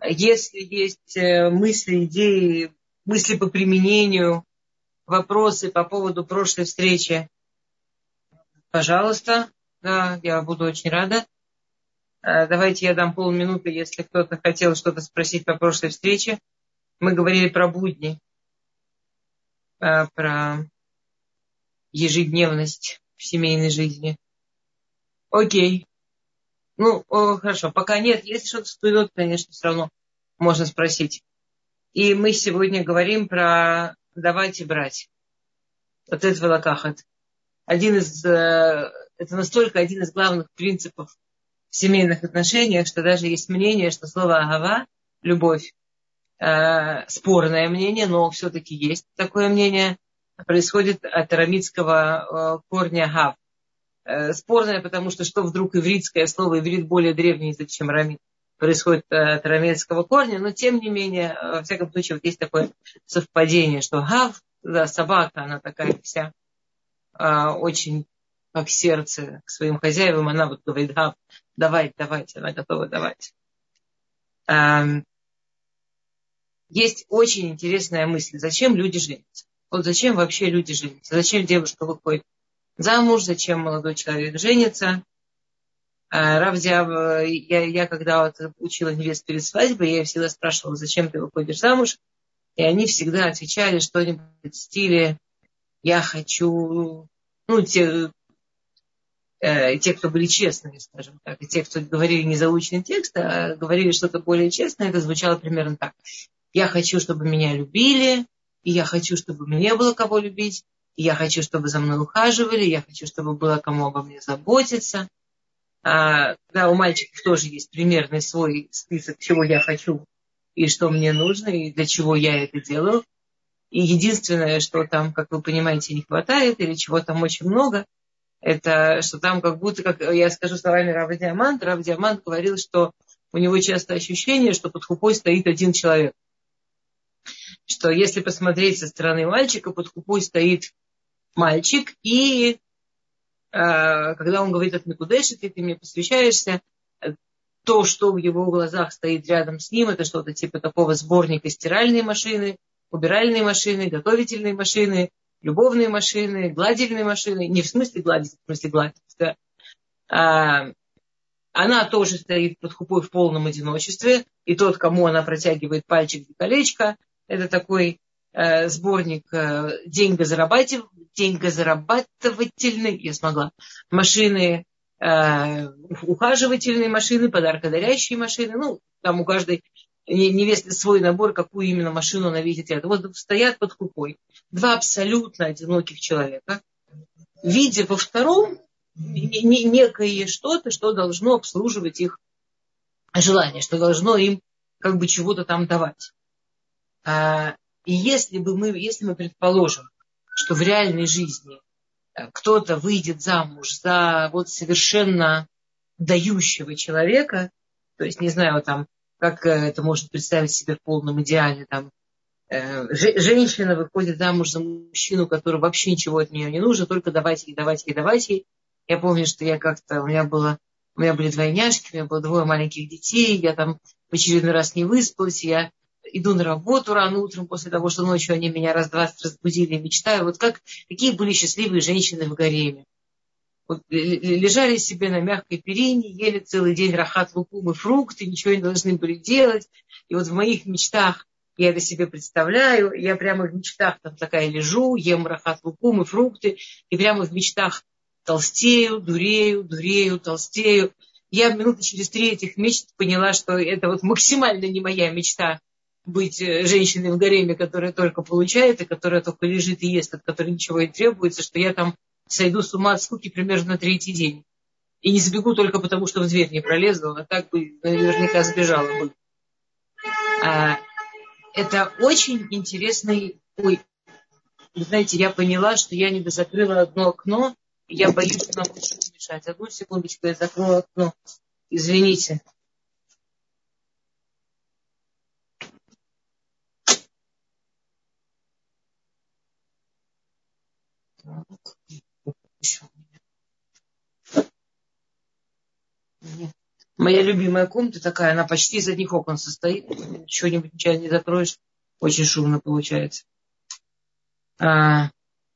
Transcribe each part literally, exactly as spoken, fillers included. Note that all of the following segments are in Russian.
Если есть мысли, идеи, мысли по применению, вопросы по поводу прошлой встречи, пожалуйста, да, я буду очень рада. Давайте я дам полминуты, если кто-то хотел что-то спросить по прошлой встрече. Мы говорили про будни, про ежедневность в семейной жизни. Окей. Ну, о, хорошо, пока нет. Если что-то всплывет, конечно, все равно можно спросить. И мы сегодня говорим про давать и брать. Вот это велакахат. Один из, это настолько один из главных принципов в семейных отношениях, что даже есть мнение, что слово агава, любовь, э, спорное мнение, но все-таки есть такое мнение, происходит от арамитского э, корня гав. Э, спорное, потому что что вдруг ивритское слово, иврит более древний язык, чем арамит, происходит от арамейского корня, но тем не менее, во всяком случае, вот есть такое совпадение, что гав, да, собака, она такая вся э, очень как сердце к своим хозяевам, она вот говорит, гав, давай, давайте, она готова давать. Э, есть очень интересная мысль, зачем люди женятся? Вот зачем вообще люди женятся? Зачем девушка выходит замуж, зачем молодой человек женится? Рав Диав, я, я когда вот учила невест перед свадьбой, я всегда спрашивала, зачем ты выходишь замуж? И они всегда отвечали что-нибудь в стиле «я хочу...» Ну, те, э, те, кто были честные, скажем так, и те, кто говорили не заученный текст, а говорили что-то более честное, это звучало примерно так. «Я хочу, чтобы меня любили, и я хочу, чтобы мне было кого любить, и я хочу, чтобы за мной ухаживали, я хочу, чтобы было кому обо мне заботиться». А, да, у мальчиков тоже есть примерный свой список, чего я хочу и что мне нужно, и для чего я это делаю. И единственное, что там, как вы понимаете, не хватает, или чего там очень много, это что там как будто, как я скажу словами Рава Диамант, Рав Диамант говорил, что у него часто ощущение, что под хупой стоит один человек. Что если посмотреть со стороны мальчика, под хупой стоит мальчик, и когда он говорит от Микудеши, ты, ты мне посвящаешься, то, что в его глазах стоит рядом с ним, это что-то типа такого сборника стиральной машины, убиральной машины, готовительной машины, любовной машины, гладильной машины. Не в смысле гладить, в смысле гладить. Да. А, она тоже стоит под хупой в полном одиночестве. И тот, кому она протягивает пальчик для колечка, это такой э, сборник э, деньгозарабатывательный, деньгозарабатывательной, я смогла, машины, э, ухаживательные машины, подаркодарящие машины. Ну, там у каждой невесты свой набор, какую именно машину она видит. Вот стоят под хупой два абсолютно одиноких человека, видя во втором некое что-то, что должно обслуживать их желание, что должно им как бы чего-то там давать. И если бы мы, если мы предположим, что в реальной жизни кто-то выйдет замуж за вот совершенно дающего человека, то есть, не знаю, там, как это можно представить себе в полном идеале, там, э, женщина выходит замуж за мужчину, который вообще ничего от нее не нужно, только давать ей, давать ей, давать ей. Я помню, что я как-то, у меня было, у меня были двойняшки, у меня было двое маленьких детей, я там в очередной раз не выспалась, я иду на работу рано утром после того, что ночью они меня раз-двадцать разбудили и мечтаю. Вот как, какие были счастливые женщины в гареме. Вот, лежали себе на мягкой перине, ели целый день рахат лукум и фрукты, ничего не должны были делать. И вот в моих мечтах я это себе представляю. Я прямо в мечтах там такая лежу, ем рахат лукум и фрукты. И прямо в мечтах толстею, дурею, дурею, толстею. Я минуты через три этих мечт поняла, что это вот максимально не моя мечта быть женщиной в гареме, которая только получает, и которая только лежит и ест, от которой ничего не требуется, что я там сойду с ума от скуки примерно на третий день. И не сбегу только потому, что в дверь не пролезла, а так бы наверняка сбежала бы. А, это очень интересный... Ой, вы знаете, я поняла, что я не дозакрыла одно окно, и я боюсь, что нам будет что-то мешать. Одну секундочку, я закрою окно. Извините. Моя любимая комната такая, она почти из одних окон состоит. Что-нибудь ничего не закроешь, очень шумно получается. А,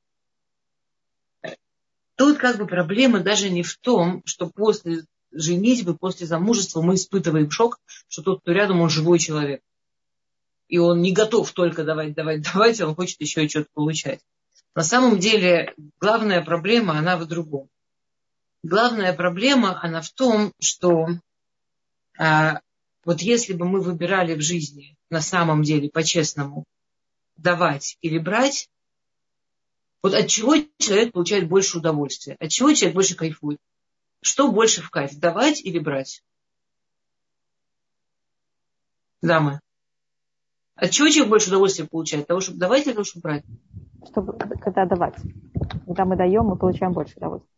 тут как бы проблема даже не в том, что после женитьбы, после замужества мы испытываем шок, что тот, кто рядом, он живой человек. И он не готов только давать, давать, давать, он хочет еще и что-то получать. На самом деле, главная проблема, она в другом. Главная проблема, она в том, что а, вот если бы мы выбирали в жизни на самом деле, по-честному, давать или брать, вот от чего человек получает больше удовольствия? От чего человек больше кайфует? Что больше в кайф, давать или брать? Дамы. От чего человек больше удовольствия получает? От того, чтобы давать или от того, чтобы брать? Чтобы, когда давать. Когда мы даем, мы получаем больше удовольствия.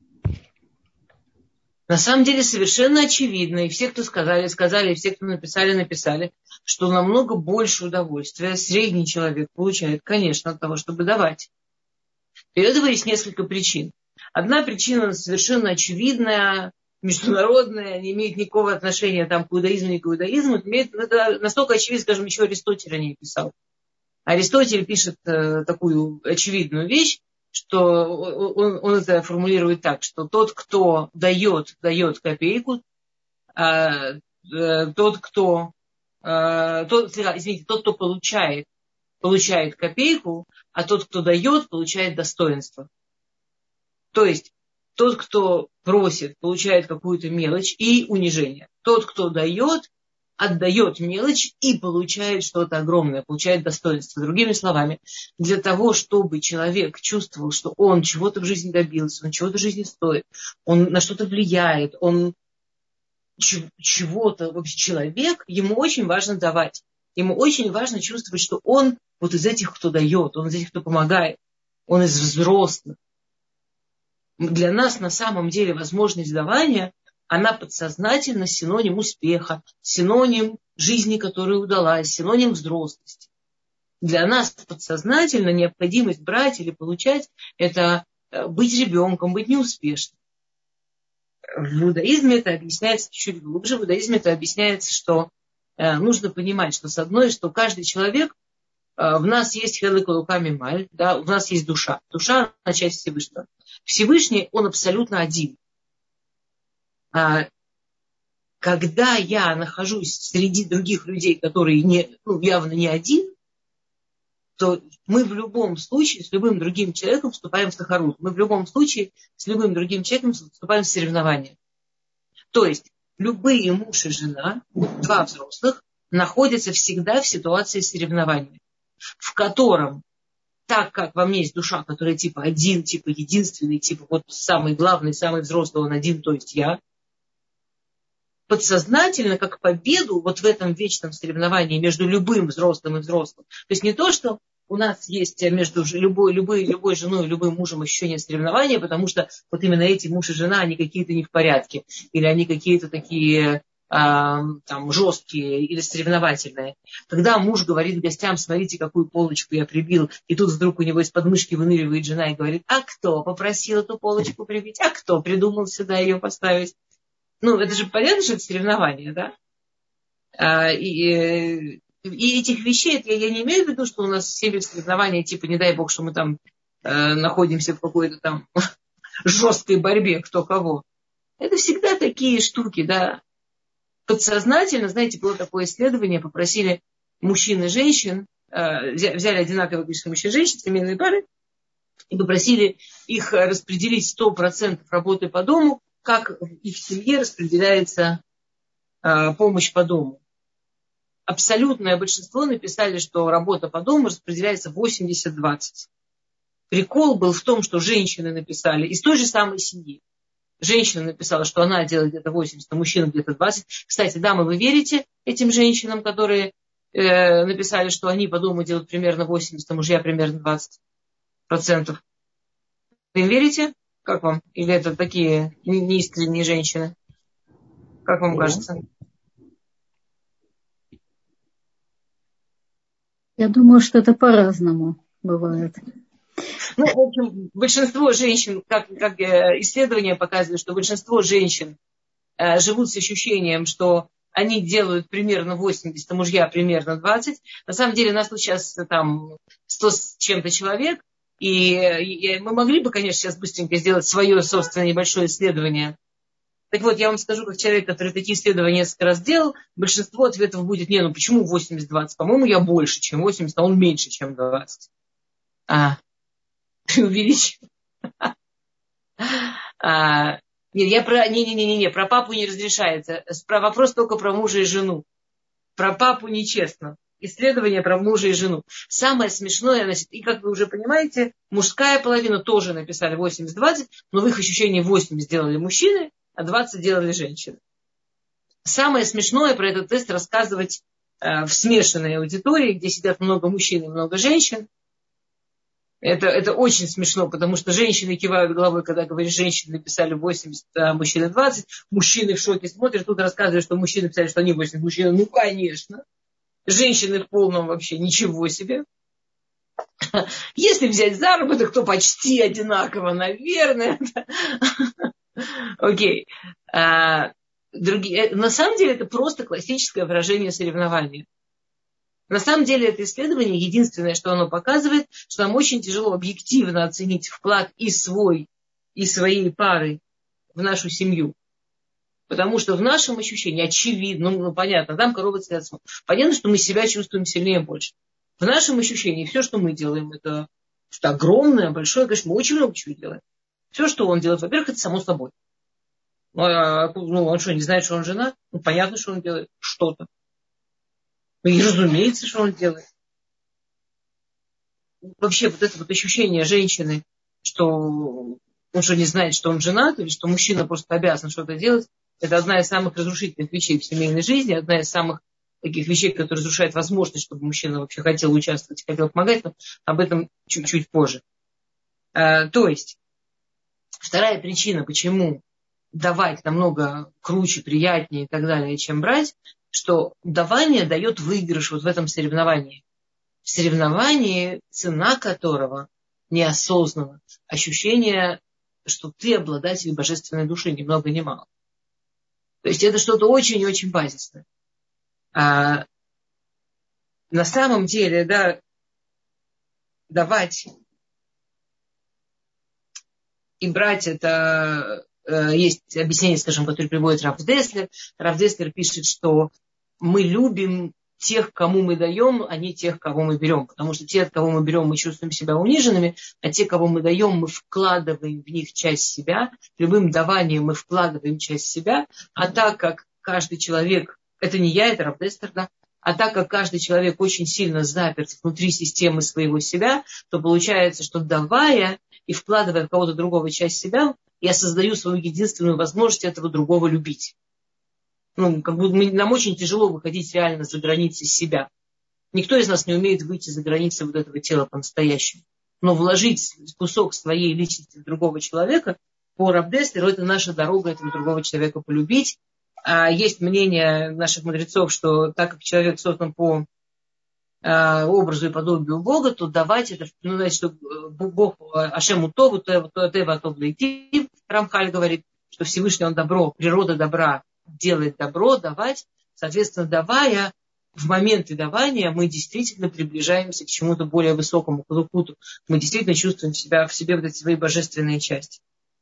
На самом деле совершенно очевидно, и все, кто сказали, сказали, и все, кто написали, написали, что намного больше удовольствия средний человек получает, конечно, от того, чтобы давать. И этого есть несколько причин. Одна причина совершенно очевидная, международная, не имеет никакого отношения там, к иудаизму, не к иудаизму. Это настолько очевидно, скажем, еще Аристотель о ней писал. Аристотель пишет э, такую очевидную вещь, что он, он это формулирует так, что тот, кто дает, дает копейку, э, э, тот, кто, э, тот, извините, тот, кто получает, получает копейку, а тот, кто дает, получает достоинство. То есть тот, кто просит, получает какую-то мелочь и унижение. Тот, кто дает, отдает мелочь и получает что-то огромное, получает достоинство. Другими словами, для того, чтобы человек чувствовал, что он чего-то в жизни добился, он чего-то в жизни стоит, он на что-то влияет, он чего-то, вообще человек, ему очень важно давать. Ему очень важно чувствовать, что он вот из этих, кто дает, он из этих, кто помогает, он из взрослых. Для нас на самом деле возможность давания, она подсознательно синоним успеха, синоним жизни, которая удалась, синоним взрослости. Для нас подсознательно необходимость брать или получать – это быть ребенком, быть неуспешным. В иудаизме это объясняется чуть глубже. В иудаизме это объясняется, что нужно понимать, что с одной, что каждый человек, в нас есть хелек элока мималь, да, у нас есть душа. Душа – часть Всевышнего. Всевышний, он абсолютно один. А когда я нахожусь среди других людей, которые не, ну, явно не один, то мы в любом случае с любым другим человеком вступаем в тахарут. Мы в любом случае с любым другим человеком вступаем в соревнования. То есть любые муж и жена, два взрослых, находятся всегда в ситуации соревнования, в котором, так как во мне есть душа, которая типа один, типа единственный, типа вот самый главный, самый взрослый, он один, то есть я, подсознательно, как победу вот в этом вечном соревновании между любым взрослым и взрослым. То есть не то, что у нас есть между любой, любой, любой женой и любым мужем ощущение соревнования, потому что вот именно эти муж и жена, они какие-то не в порядке, или они какие-то такие а, там, жесткие или соревновательные. Когда муж говорит гостям: смотрите, какую полочку я прибил, и тут вдруг у него из подмышки выныривает жена и говорит: а кто попросил эту полочку прибить, а кто придумал сюда ее поставить? Ну, это же понятно, что это соревнование, да? А, и, и этих вещей, я, я не имею в виду, что у нас все соревнования, типа, не дай бог, что мы там э, находимся в какой-то там жесткой борьбе, кто кого. Это всегда такие штуки, да. Подсознательно, знаете, было такое исследование, попросили мужчин и женщин, э, взяли одинаковое количество мужчин и женщин, семейные пары, и попросили их распределить сто процентов работы по дому, как в их семье распределяется э, помощь по дому. Абсолютное большинство написали, что работа по дому распределяется восемьдесят двадцать. Прикол был в том, что женщины написали из той же самой семьи. Женщина написала, что она делает где-то восемьдесят, а мужчина где-то двадцать. Кстати, дамы, вы верите этим женщинам, которые э, написали, что они по дому делают примерно восемьдесят, а мужья примерно двадцать процентов? Вы им верите? Как вам? Или это такие неискренние женщины? Как вам кажется? Я думаю, что это по-разному бывает. Ну, в общем, большинство женщин, как, как исследования показывают, что большинство женщин э, живут с ощущением, что они делают примерно восемьдесят, а мужья примерно двадцать. На самом деле нас тут сейчас там сто с чем-то человек, и, и мы могли бы, конечно, сейчас быстренько сделать свое собственное небольшое исследование. Так вот, я вам скажу, как человек, который такие исследования несколько раз делал, большинство ответов будет: не, ну почему восемьдесят двадцать? По-моему, я больше, чем восемьдесят, а он меньше, чем двадцать. А, увеличил. А, нет, я про... Не-не-не, про папу не разрешается. Про вопрос только про мужа и жену. Про папу нечестно. Исследование про мужа и жену. Самое смешное, значит, и как вы уже понимаете, мужская половина тоже написали восемьдесят двадцать, но в их ощущении восемьдесят сделали мужчины, а двадцать делали женщины. Самое смешное про этот тест рассказывать э, в смешанной аудитории, где сидят много мужчин и много женщин. Это, это очень смешно, потому что женщины кивают головой, когда говоришь, женщины написали восемьдесят, а мужчины двадцать. Мужчины в шоке смотрят, тут рассказывают, что мужчины писали, что они восемьдесят. Мужчины, ну конечно. Женщины в полном вообще ничего себе. Если взять заработок, то почти одинаково, наверное. Окей. Другие... На самом деле это просто классическое выражение соревнования. На самом деле это исследование единственное, что оно показывает, что нам очень тяжело объективно оценить вклад и свой, и своей пары в нашу семью. Потому что в нашем ощущении очевидно, ну понятно, там коровы цвет смотрят. Понятно, что мы себя чувствуем сильнее больше. В нашем ощущении все, что мы делаем, это что огромное, большое, конечно, мы очень много чего делаем. Все, что он делает, во-первых, это само собой. Ну, а, ну он что, не знает, что он жена? Ну, понятно, что он делает что-то. И разумеется, что он делает. Вообще, вот это вот ощущение женщины, что он что, не знает, что он женат, или что мужчина просто обязан что-то делать, это одна из самых разрушительных вещей в семейной жизни, одна из самых таких вещей, которые разрушают возможность, чтобы мужчина вообще хотел участвовать, хотел помогать, но об этом чуть-чуть позже. А, то есть, вторая причина, почему давать намного круче, приятнее и так далее, чем брать, что давание дает выигрыш вот в этом соревновании. В соревновании, цена которого неосознанно, ощущение, что ты обладатель божественной души, ни много ни мало. То есть это что-то очень-очень базисное. А на самом деле, да, давать и брать, это э, есть объяснение, скажем, которое приводит Рав Деслер. Рав Деслер пишет, что мы любим тех, кому мы даем, а не тех, кого мы берем. Потому что те, от кого мы берем, мы чувствуем себя униженными, а те, кого мы даем, мы вкладываем в них часть себя. Любым даванием мы вкладываем часть себя. А так как каждый человек, это не я, это Рав Деслер, да, а так как каждый человек очень сильно заперт внутри системы своего себя, то получается, что давая и вкладывая в кого-то другого часть себя, я создаю свою единственную возможность этого другого любить. Ну, как бы мы, нам очень тяжело выходить реально за границы себя. Никто из нас не умеет выйти за границы вот этого тела по-настоящему. Но вложить кусок своей личности в другого человека, по Рав Деслеру, это наша дорога этого другого человека полюбить. А есть мнение наших мудрецов, что так как человек создан по а, образу и подобию Бога, то давать это, ну, знаете, что Бог Ашему Тову, Тева Тов Лейтив, Рамхаль говорит, что Всевышний он добро, природа добра делает добро, давать. Соответственно, давая, в моменты давания мы действительно приближаемся к чему-то более высокому, к лукуту. Мы действительно чувствуем себя, в себе вот эти свои божественные части.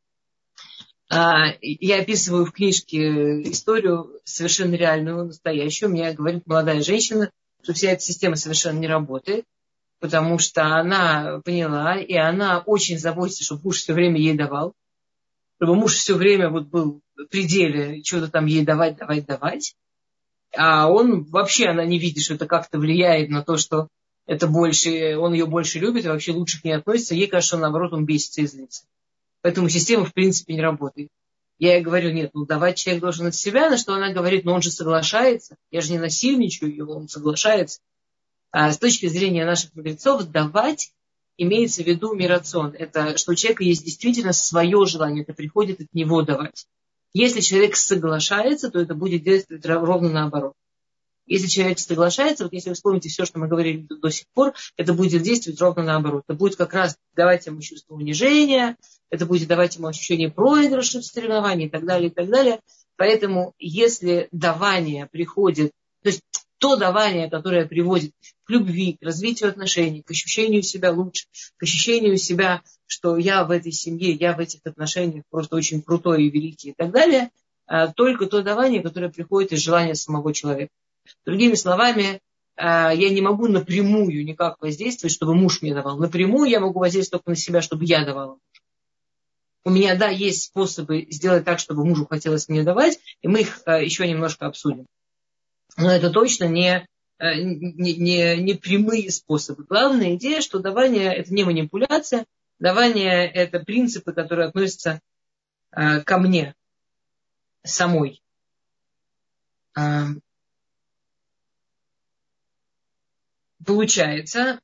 Я описываю в книжке историю совершенно реальную, настоящую. Мне говорит молодая женщина, что вся эта система совершенно не работает, потому что она поняла, и она очень заботится, чтобы муж все время ей давал, чтобы муж все время вот был в пределе, что-то там ей давать, давать, давать. А он вообще, она не видит, что это как-то влияет на то, что это больше, он ее больше любит и вообще лучше к ней относится. Ей кажется, что наоборот он бесится и злится. Поэтому система в принципе не работает. Я ей говорю, нет, ну давать человек должен от себя, на что она говорит, ну он же соглашается, я же не насильничаю его, он соглашается. А с точки зрения наших мудрецов, давать имеется в виду мирацион. Это что у человека есть действительно свое желание, это приходит от него давать. Если человек соглашается, то это будет действовать ровно наоборот. Если человек соглашается, вот если вы вспомните все, что мы говорили до, до сих пор, это будет действовать ровно наоборот. Это будет как раз давать ему чувство унижения, это будет давать ему ощущение проигрыша в соревновании и так далее, и так далее. Поэтому, если давание приходит, то есть то давание, которое приводит к любви, к развитию отношений, к ощущению себя лучше, к ощущению себя, что я в этой семье, я в этих отношениях просто очень крутой и великий и так далее, только то давание, которое приходит из желания самого человека. Другими словами, я не могу напрямую никак воздействовать, чтобы муж мне давал. Напрямую я могу воздействовать только на себя, чтобы я давала. У меня, да, есть способы сделать так, чтобы мужу хотелось мне давать, и мы их еще немножко обсудим. Но это точно не, не, не, не прямые способы. Главная идея, что давание – это не манипуляция, давание – это принципы, которые относятся ко мне самой. Получается,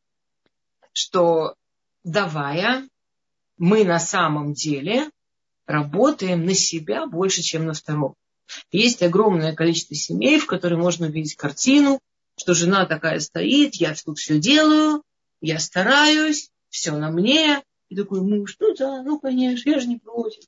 что давая, мы на самом деле работаем на себя больше, чем на второго. Есть огромное количество семей, в которых можно увидеть картину, что жена такая стоит, я тут все делаю, я стараюсь, все на мне. И такой муж, ну да, ну конечно, я же не против.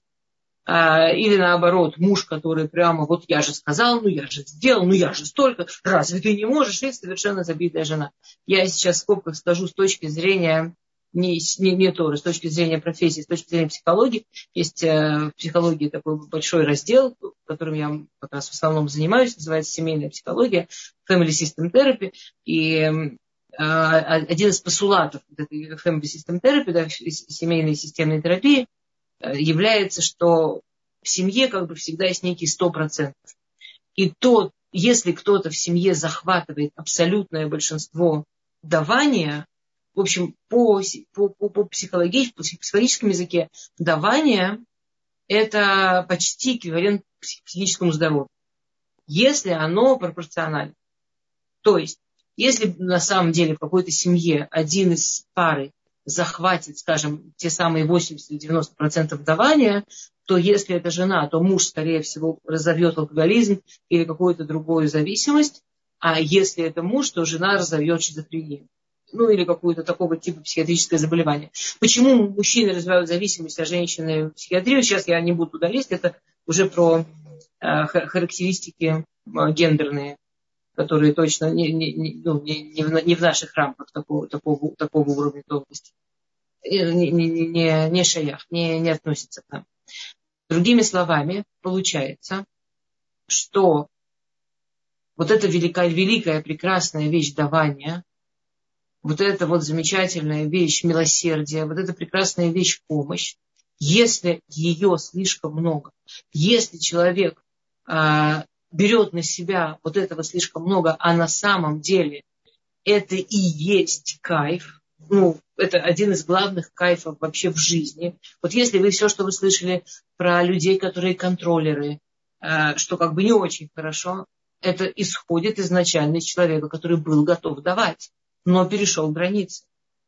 А, или наоборот, муж, который прямо, вот я же сказал, ну я же сделал, ну я же столько, разве ты не можешь? И совершенно забитая жена. Я сейчас в скобках скажу с точки зрения не, не, не Торы, с точки зрения профессии, с точки зрения психологии. Есть э, в психологии такой большой раздел, которым я как раз в основном занимаюсь, называется семейная психология, Family System Therapy. И э, один из постулатов этой Family System Therapy, да, семейной системной терапии, является, что в семье как бы всегда есть некий сто процентов. И то, если кто-то в семье захватывает абсолютное большинство давания, в общем, по, по, по, по, психологии, по психологическому языке давание – это почти эквивалент психическому здоровью, если оно пропорционально. То есть, если на самом деле в какой-то семье один из пары захватит, скажем, те самые восемьдесят-девяносто процентов давания, то если это жена, то муж, скорее всего, разовьет алкоголизм или какую-то другую зависимость, а если это муж, то жена разовьет шизофрению. Ну, или какое-то такого типа психиатрическое заболевание. Почему мужчины развивают зависимость, а женщины психиатрию? Сейчас я не буду туда лезть, это уже про э, характеристики э, гендерные, которые точно не, не, не, ну, не, не, в, не в наших рамках такого, такого, такого уровня тонкости. Не, не, не, не шаях, не, не относится к нам. Другими словами, получается, что вот эта великая, великая, прекрасная вещь давания, вот эта вот замечательная вещь милосердия, вот эта прекрасная вещь помощь, если ее слишком много, если человек а, берет на себя вот этого слишком много, а на самом деле это и есть кайф, ну, это один из главных кайфов вообще в жизни. Вот если вы все, что вы слышали про людей, которые контроллеры, что как бы не очень хорошо, это исходит изначально из человека, который был готов давать, но перешел границы.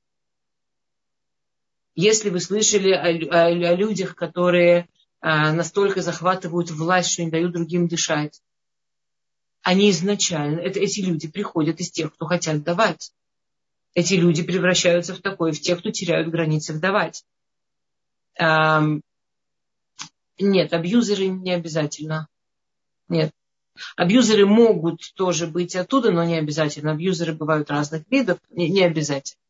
Если вы слышали о, о, о людях, которые настолько захватывают власть, что не дают другим дышать, они изначально, это, эти люди приходят из тех, кто хотят давать. Эти люди превращаются в такое, в тех, кто теряют границы в давать. Эм, нет, абьюзеры не обязательно. Нет. Абьюзеры могут тоже быть оттуда, но не обязательно. Абьюзеры бывают разных видов, не, не обязательно.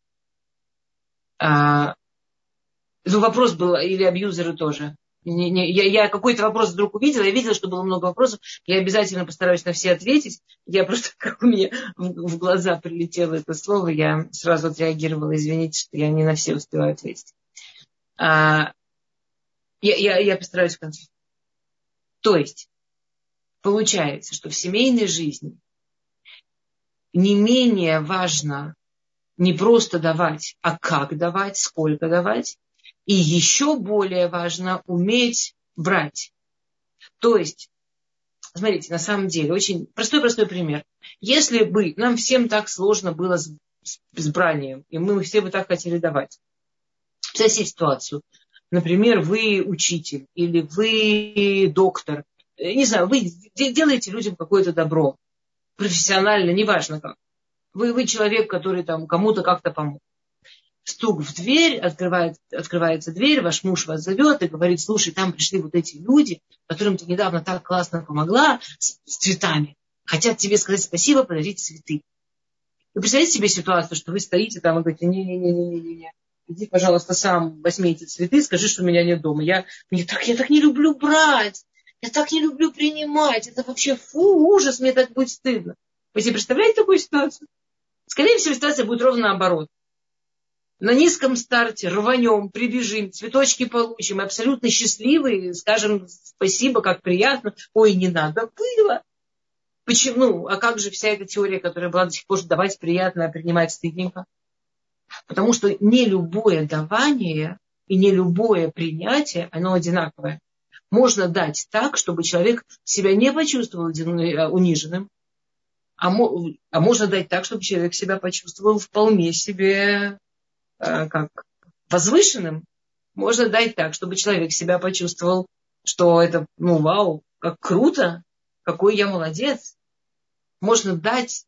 А, ну, вопрос был, или абьюзеры тоже. Не, не, я, я какой-то вопрос вдруг увидела, я видела, что было много вопросов, я обязательно постараюсь на все ответить. Я просто, как у меня в, в глаза прилетело это слово, я сразу отреагировала, извините, что я не на все успеваю ответить. А, я, я, я постараюсь в конце. То есть, получается, что в семейной жизни не менее важно не просто давать, а как давать, сколько давать. И еще более важно уметь брать. То есть, смотрите, на самом деле, очень простой-простой пример. Если бы нам всем так сложно было с, с бранием, и мы все бы так хотели давать. Представьте ситуацию. Например, вы учитель, или вы доктор. Не знаю, вы делаете людям какое-то добро. Профессионально, неважно как. Вы, вы человек, который там кому-то как-то помог. стук в дверь, открывает, открывается дверь, ваш муж вас зовет и говорит: слушай, там пришли вот эти люди, которым ты недавно так классно помогла с, с цветами. Хотят тебе сказать спасибо, подарить цветы. Вы представляете себе ситуацию, что вы стоите там и говорите: не-не-не-не-не-не, иди, пожалуйста, сам возьми эти цветы, скажи, что меня нет дома. Я, мне так, я так не люблю брать, я так не люблю принимать. Это вообще фу, ужас, мне так будет стыдно. Вы себе представляете такую ситуацию? Скорее всего, ситуация будет ровно наоборот. На низком старте рванем, прибежим, цветочки получим, абсолютно счастливые, скажем спасибо, как приятно. Ой, не надо было. Почему? А как же вся эта теория, которая была до сих пор, давать приятно, а принимать стыдненько? Потому что не любое давание и не любое принятие, оно одинаковое. Можно дать так, чтобы человек себя не почувствовал униженным, а, мо- а можно дать так, чтобы человек себя почувствовал вполне себе э, как возвышенным. Можно дать так, чтобы человек себя почувствовал, что это, ну, вау, как круто, какой я молодец. Можно дать,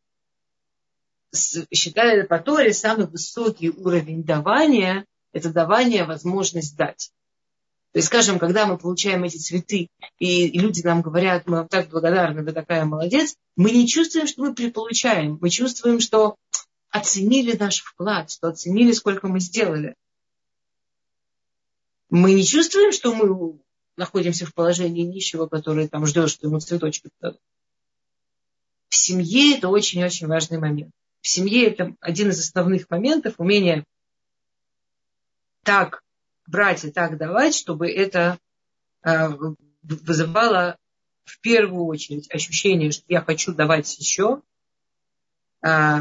считая по Торе, самый высокий уровень давания, это давание, возможность дать. То есть, скажем, когда мы получаем эти цветы, и, и люди нам говорят: мы вам так благодарны, вы такая молодец, мы не чувствуем, что мы получаем. Мы чувствуем, что оценили наш вклад, что оценили, сколько мы сделали. Мы не чувствуем, что мы находимся в положении нищего, который там ждет, что ему цветочки дадут. В семье это очень-очень важный момент. В семье это один из основных моментов, умение так брать и так давать, чтобы это э, вызывало в первую очередь ощущение, что я хочу давать еще, э,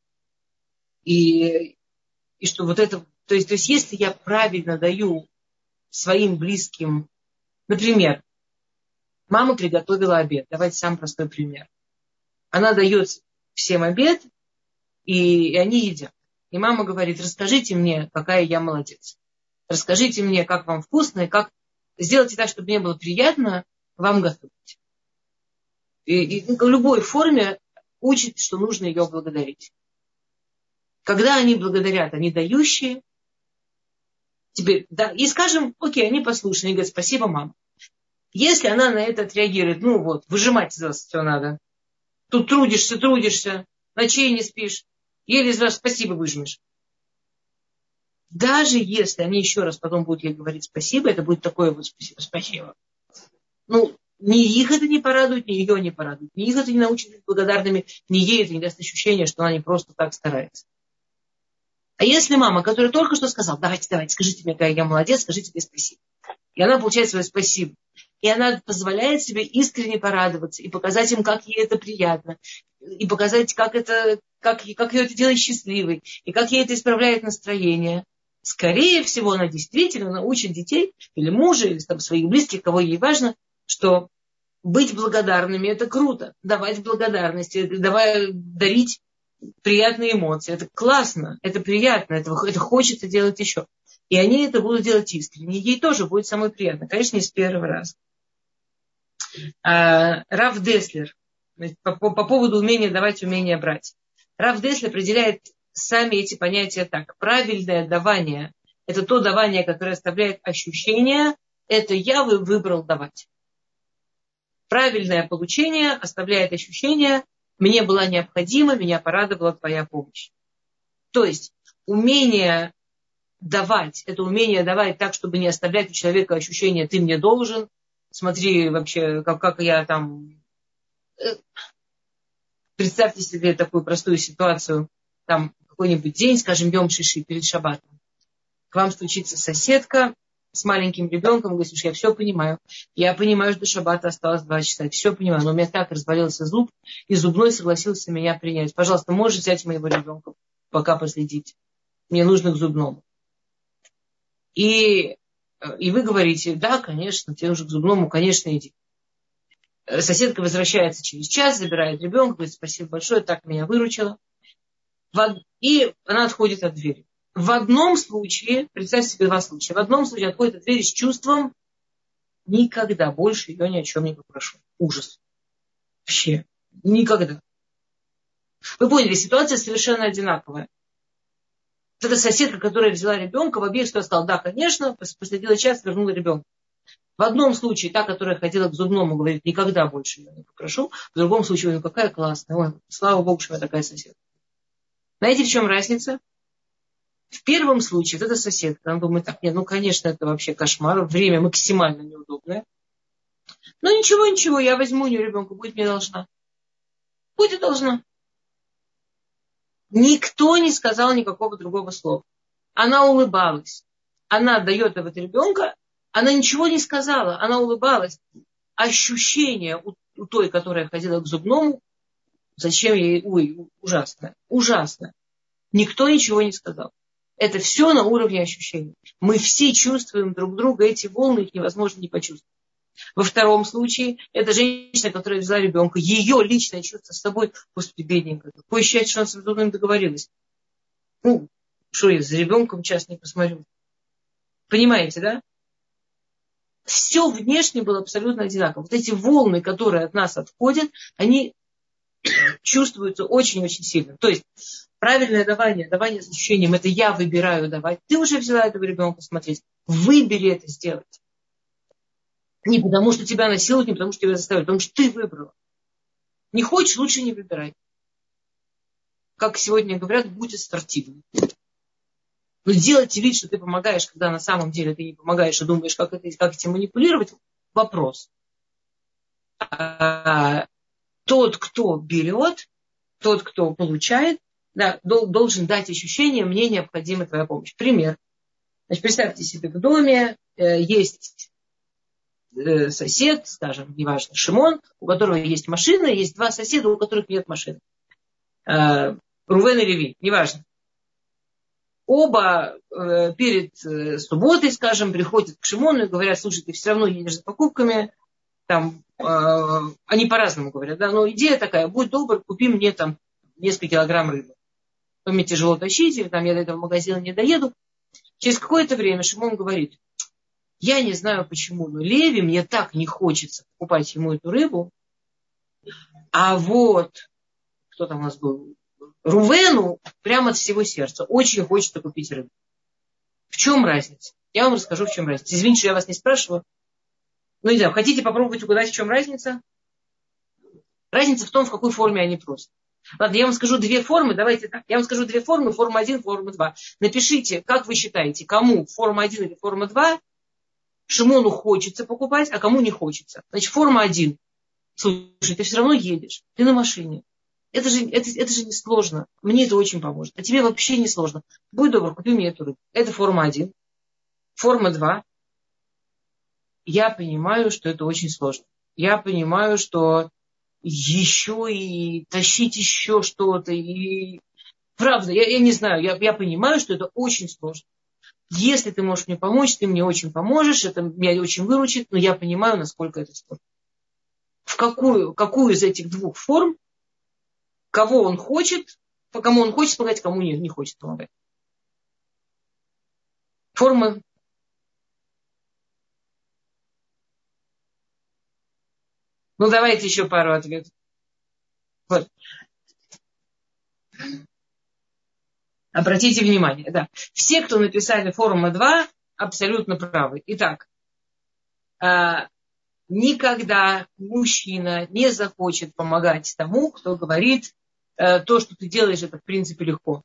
и, и что вот это, то есть, то есть если я правильно даю своим близким, например, мама приготовила обед, давайте самый простой пример. Она дает всем обед, и, и они едят. И мама говорит: расскажите мне, какая я молодец. Расскажите мне, как вам вкусно, и как сделайте так, чтобы мне было приятно вам готовить. И, и в любой форме учит, что нужно ее благодарить. Когда они благодарят, они дающие. Теперь, да, и скажем, окей, они послушны, они говорят: спасибо, мама. Если она на это отреагирует: ну вот, выжимать из вас все надо. Тут трудишься, трудишься, ночей не спишь, еле из вас спасибо выжмешь. Даже если они еще раз потом будут ей говорить спасибо, это будет такое вот спасибо, спасибо. Ну, ни их это не порадует, ни ее не порадует. Ни их это не научит быть благодарными, ни ей это не даст ощущения, что она не просто так старается. А если мама, которая только что сказала: давайте, давайте, скажите мне, какая я молодец, скажите мне спасибо. И она получает свое спасибо. И она позволяет себе искренне порадоваться и показать им, как ей это приятно. И показать, как, это, как, как ее это делает счастливой. И как ей это исправляет настроение. Скорее всего, она действительно научит детей или мужа, или там, своих близких, кого ей важно, что быть благодарными – это круто. Давать благодарность, давай, дарить приятные эмоции. Это классно, это приятно, это, это хочется делать еще. И они это будут делать искренне. Ей тоже будет самой приятно. Конечно, не с первого раза. А, Рав Деслер. По, по, по поводу умения давать, умения брать. Рав Деслер определяет сами эти понятия так. Правильное давание – это то давание, которое оставляет ощущение, это я выбрал давать. Правильное получение оставляет ощущение, мне была необходима, меня порадовала твоя помощь. То есть умение давать, это умение давать так, чтобы не оставлять у человека ощущение, ты мне должен, смотри вообще, как, как я там... Представьте себе такую простую ситуацию, там какой-нибудь день, скажем, Йом Шиши, перед Шаббатом. К вам стучится соседка с маленьким ребенком, говорит: слушай, я все понимаю, я понимаю, что до Шаббата осталось два часа, все понимаю, но у меня так разболелся зуб, и зубной согласился меня принять. Пожалуйста, можешь взять моего ребенка, пока последить. Мне нужно к зубному. И, и вы говорите: да, конечно, тебе нужно к зубному, конечно, иди. Соседка возвращается через час, забирает ребенка, говорит: спасибо большое, так меня выручила. И она отходит от двери. В одном случае, представьте себе два случая, в одном случае отходит от двери с чувством: никогда больше ее ни о чем не попрошу. Ужас. Вообще. Никогда. Вы поняли, ситуация совершенно одинаковая. Вот эта соседка, которая взяла ребенка, в обеих случаях сказала, да, конечно, последила час, вернула ребенка. В одном случае та, которая ходила к зубному, говорит, никогда больше я не попрошу. В другом случае, ну какая классная, ой, слава Богу, что у меня такая соседка. Знаете, в чем разница? В первом случае, вот эта соседка, она думает, так, нет, ну, конечно, это вообще кошмар, время максимально неудобное. Но ничего, ничего, я возьму у нее ребенка, будет мне должна. Будет должна. Никто не сказал никакого другого слова. Она улыбалась. Она отдает этого ребенка, она ничего не сказала, она улыбалась. Ощущение у, у той, которая ходила к зубному, зачем ей, ой, ужасно, ужасно. Никто ничего не сказал. Это все на уровне ощущений. Мы все чувствуем друг друга, эти волны, их невозможно не почувствовать. Во втором случае, это женщина, которая взяла ребенка, ее личное чувство с собой, господи, бедненькая, такое счастье, что она с ребенком договорилась. Ну, что я за ребенком сейчас не посмотрю. Понимаете, да? Все внешне было абсолютно одинаково. Вот эти волны, которые от нас отходят, они чувствуются очень-очень сильно. То есть правильное давание, давание с ощущением, это я выбираю давать. Ты уже взяла этого ребенка смотреть. Выбери это сделать. Не потому, что тебя насилуют, не потому, что тебя заставляют, потому что ты выбрала. Не хочешь, лучше не выбирай. Как сегодня говорят, будь ассертивным. Но делать вид, что ты помогаешь, когда на самом деле ты не помогаешь и думаешь, как, это, как этим манипулировать, вопрос. А тот, кто берет, тот, кто получает, да, должен дать ощущение, мне необходима твоя помощь. Пример. Значит, представьте себе, в доме э, есть э, сосед, скажем, неважно, Шимон, у которого есть машина, есть два соседа, у которых нет машины. Э, Рувен и Леви, неважно. Оба э, перед э, субботой, скажем, приходят к Шимону и говорят, слушай, ты все равно едешь за покупками, там, э, они по-разному говорят, да, но идея такая, будь добр, купи мне там несколько килограмм рыбы. То мне тяжело тащить, или там я до этого магазина не доеду. Через какое-то время Шимон говорит, я не знаю почему, но Леви, мне так не хочется покупать ему эту рыбу, а вот, кто там у нас был, Рувену прямо от всего сердца очень хочется купить рыбу. В чем разница? Я вам расскажу, в чем разница. Извините, что я вас не спрашиваю. Ну, не знаю, хотите попробовать угадать, в чем разница? Разница в том, в какой форме они просят. Ладно, я вам скажу две формы. Давайте так. Я вам скажу две формы. Форма один, форма два. Напишите, как вы считаете, кому форма один или форма два Шимону хочется покупать, а кому не хочется. Значит, форма один. Слушай, ты все равно едешь. Ты на машине. Это же, это, это же не сложно. Мне это очень поможет. А тебе вообще не сложно. Будь добр, купи мне эту рыбу. Это форма один. Форма два. Я понимаю, что это очень сложно. Я понимаю, что еще и тащить еще что-то. И... Правда, я, я не знаю. Я, я понимаю, что это очень сложно. Если ты можешь мне помочь, ты мне очень поможешь. Это меня очень выручит. Но я понимаю, насколько это сложно. В какую, какую из этих двух форм кого он хочет, по кому он хочет помогать, кому не, не хочет помогать. Форма. Ну, давайте еще пару ответов. Вот. Обратите внимание, да. Все, кто написали форма два, абсолютно правы. Итак, э, никогда мужчина не захочет помогать тому, кто говорит, то, что ты делаешь, это в принципе легко.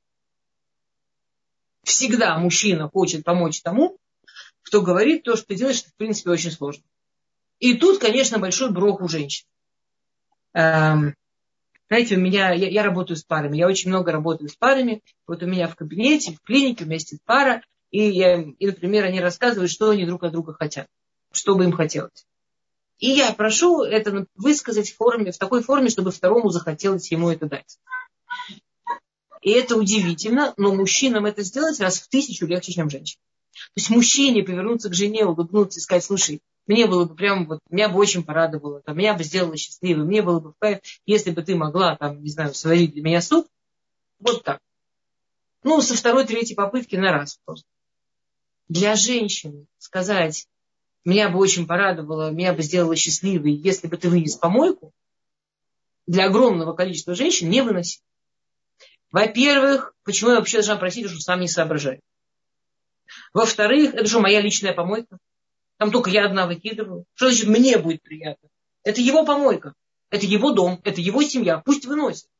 Всегда мужчина хочет помочь тому, кто говорит, то, что ты делаешь, это в принципе очень сложно. И тут, конечно, большой брох у женщин. Эм, знаете, у меня, я, я работаю с парами, я очень много работаю с парами. Вот у меня в кабинете, в клинике у меня сидит пара, и, я, и, например, они рассказывают, что они друг от друга хотят, что бы им хотелось. И я прошу это высказать в, форме, в такой форме, чтобы второму захотелось ему это дать. И это удивительно, но мужчинам это сделать раз в тысячу легче, чем женщинам. То есть мужчине повернуться к жене, улыбнуться и сказать, слушай, мне было бы прям, вот, меня бы очень порадовало, там, меня бы сделало счастливой, мне было бы в кайф, если бы ты могла, там, не знаю, сварить для меня суп. Вот так. Ну, со второй, третьей попытки на раз просто. Для женщины сказать, меня бы очень порадовало, меня бы сделало счастливой, если бы ты вынес помойку, для огромного количества женщин невыносимо. Во-первых, Почему я вообще должна просить, что сам не соображает? Во-вторых, это же моя личная помойка. Там только я одна выкидываю. Что значит мне будет приятно? Это его помойка. Это его дом. Это его семья. Пусть выносит.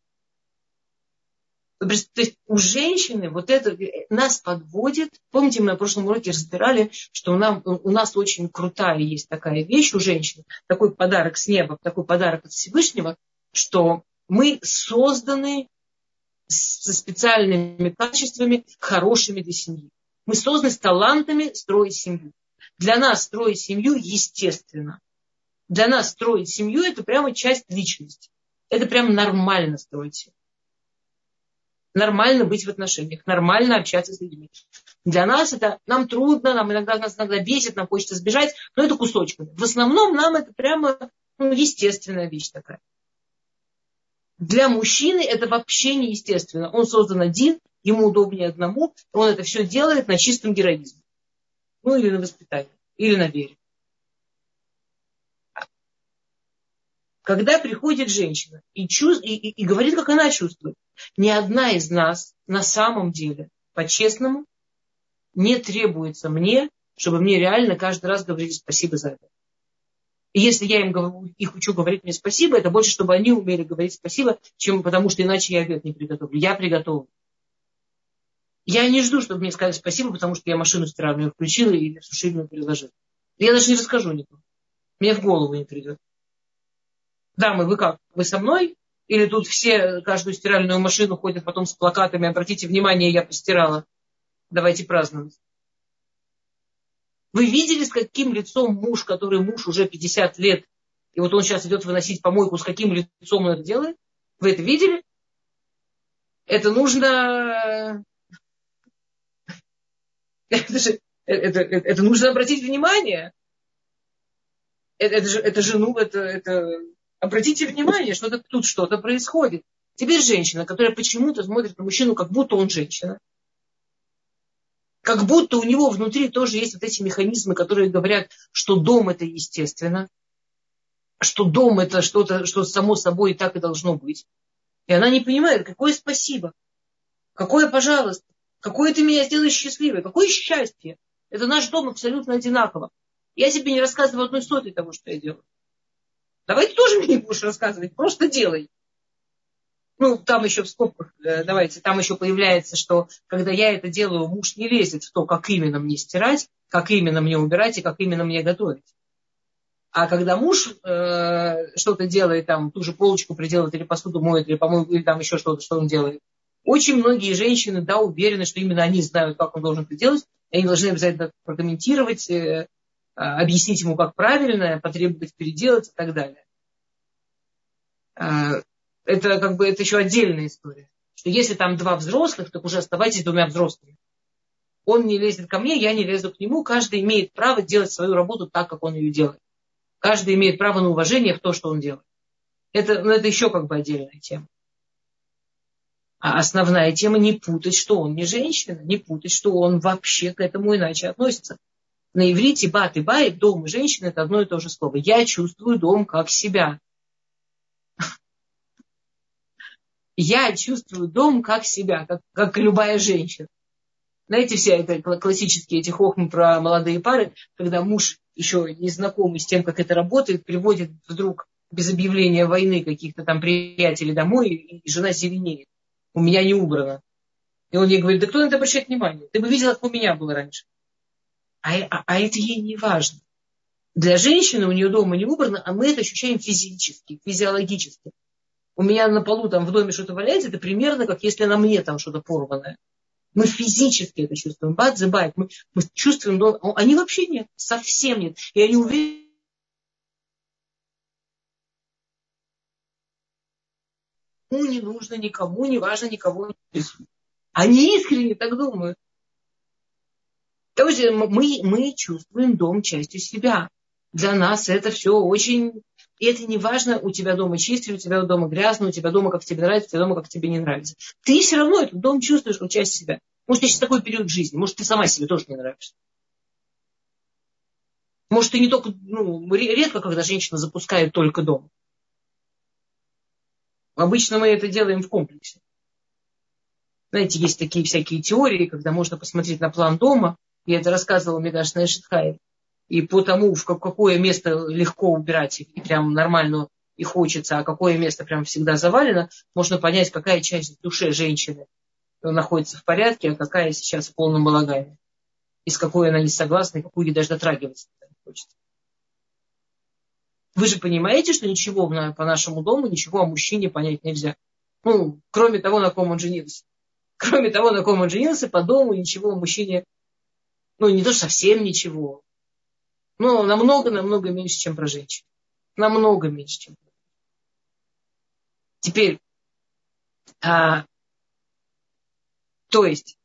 То есть у женщины вот это нас подводит. Помните, мы на прошлом уроке разбирали, что у нас, у нас очень крутая есть такая вещь у женщин, такой подарок с неба, такой подарок от Всевышнего, что мы созданы со специальными качествами, хорошими для семьи. Мы созданы с талантами строить семью. Для нас строить семью естественно. Для нас строить семью это прямо часть личности. Это прямо нормально строить семью. Нормально быть в отношениях, нормально общаться с людьми. Для нас это, нам трудно, нам иногда, нас иногда бесит, нам хочется сбежать, но это кусочками. В основном нам это прямо ну, естественная вещь такая. Для мужчины это вообще не естественно. Он создан один, ему удобнее одному, он это все делает на чистом героизме. Ну или на воспитании, или на вере. Когда приходит женщина и, чувств, и, и, и говорит, как она чувствует, ни одна из нас на самом деле, по-честному, не требуется мне, чтобы мне реально каждый раз говорили спасибо за это. И если я им говорю, их учу говорить мне спасибо, это больше, чтобы они умели говорить спасибо, чем потому что иначе я обед не приготовлю. Я приготовлю. Я не жду, чтобы мне сказали спасибо, потому что я машину стиральную включила или сушильную приложила. Я даже не расскажу никому. Мне в голову не придет. Дамы, вы как? Вы со мной? Или тут все каждую стиральную машину ходят потом с плакатами, обратите внимание, я постирала. Давайте праздновать. Вы видели, с каким лицом муж, который муж уже пятьдесят лет, и вот он сейчас идет выносить помойку, с каким лицом он это делает? Вы это видели? Это нужно... Это, же, это, это, это нужно обратить внимание. Это, это, же, это же, ну, это... это... Обратите внимание, что тут что-то происходит. Теперь женщина, которая почему-то смотрит на мужчину, как будто он женщина. Как будто у него внутри тоже есть вот эти механизмы, которые говорят, что дом это естественно, что дом это что-то, что само собой и так и должно быть. И она не понимает, какое спасибо, какое пожалуйста, какое ты меня сделаешь счастливой, какое счастье. Это наш дом абсолютно одинаково. Я тебе не рассказываю одной сотой того, что я делаю. Давай ты тоже мне не будешь рассказывать, просто делай. Ну, там еще в скобках, давайте, там еще появляется, что когда я это делаю, муж не лезет в то, как именно мне стирать, как именно мне убирать и как именно мне готовить. А когда муж э, что-то делает, там, ту же полочку приделает, или посуду моет, или помоет, или там еще что-то, что он делает, очень многие женщины, да, уверены, что именно они знают, как он должен это делать, и они должны обязательно прокомментировать, э, объяснить ему, как правильно, потребовать переделать и так далее. Это как бы это еще отдельная история. Что если там два взрослых, так уже оставайтесь двумя взрослыми. Он не лезет ко мне, я не лезу к нему. Каждый имеет право делать свою работу так, как он ее делает. Каждый имеет право на уважение в то, что он делает. Это, ну, это еще как бы отдельная тема. А основная тема не путать, что он не женщина, не путать, что он вообще к этому иначе относится. На иврите бат и байт, дом и женщина, это одно и то же слово. Я чувствую дом как себя. Я чувствую дом как себя, как, как любая женщина. Знаете, все это классические эти хохмы про молодые пары, когда муж, еще не знакомый с тем, как это работает, приводит вдруг без объявления войны каких-то там приятелей домой, и жена зеленеет. У меня не убрано. И он ей говорит, да кто на это обращает внимание? Ты бы видела, как у меня было раньше. А, а, а это ей не важно. Для женщины у нее дома не убрано, а мы это ощущаем физически, физиологически. У меня на полу там в доме что-то валяется, это примерно как если на мне там что-то порванное. Мы физически это чувствуем. Бадзе байт. Мы, мы чувствуем дом. Они вообще нет. Совсем нет. И они уверены. Никому не нужно, никому не важно, никого не интересует. Они искренне так думают. То есть мы, мы чувствуем дом частью себя. Для нас это все очень... И это не важно, у тебя дома чисто, у тебя дома грязно, у тебя дома как тебе нравится, у тебя дома как тебе не нравится. Ты все равно этот дом чувствуешь как часть себя. Может, сейчас такой период жизни, может, ты сама себе тоже не нравишься. Может, ты не только... Ну, редко, когда женщина запускает только дом. Обычно мы это делаем в комплексе. Знаете, есть такие всякие теории, когда можно посмотреть на план дома. Я это рассказывала Мигдаш Нешет Хаим. И по тому, в какое место легко убирать и прям нормально и хочется, а какое место прям всегда завалено, можно понять, какая часть в душе женщины находится в порядке, а какая сейчас в полном балагане. И с какой она не согласна, и какую ей даже дотрагиваться не хочется. Вы же понимаете, что ничего по нашему дому, ничего о мужчине понять нельзя. Ну, кроме того, на ком он женился. Кроме того, на ком он женился, по дому ничего о мужчине, ну, не то что совсем ничего, но намного-намного меньше, чем про женщин. Намного меньше, чем про женщин. Теперь, а, то есть,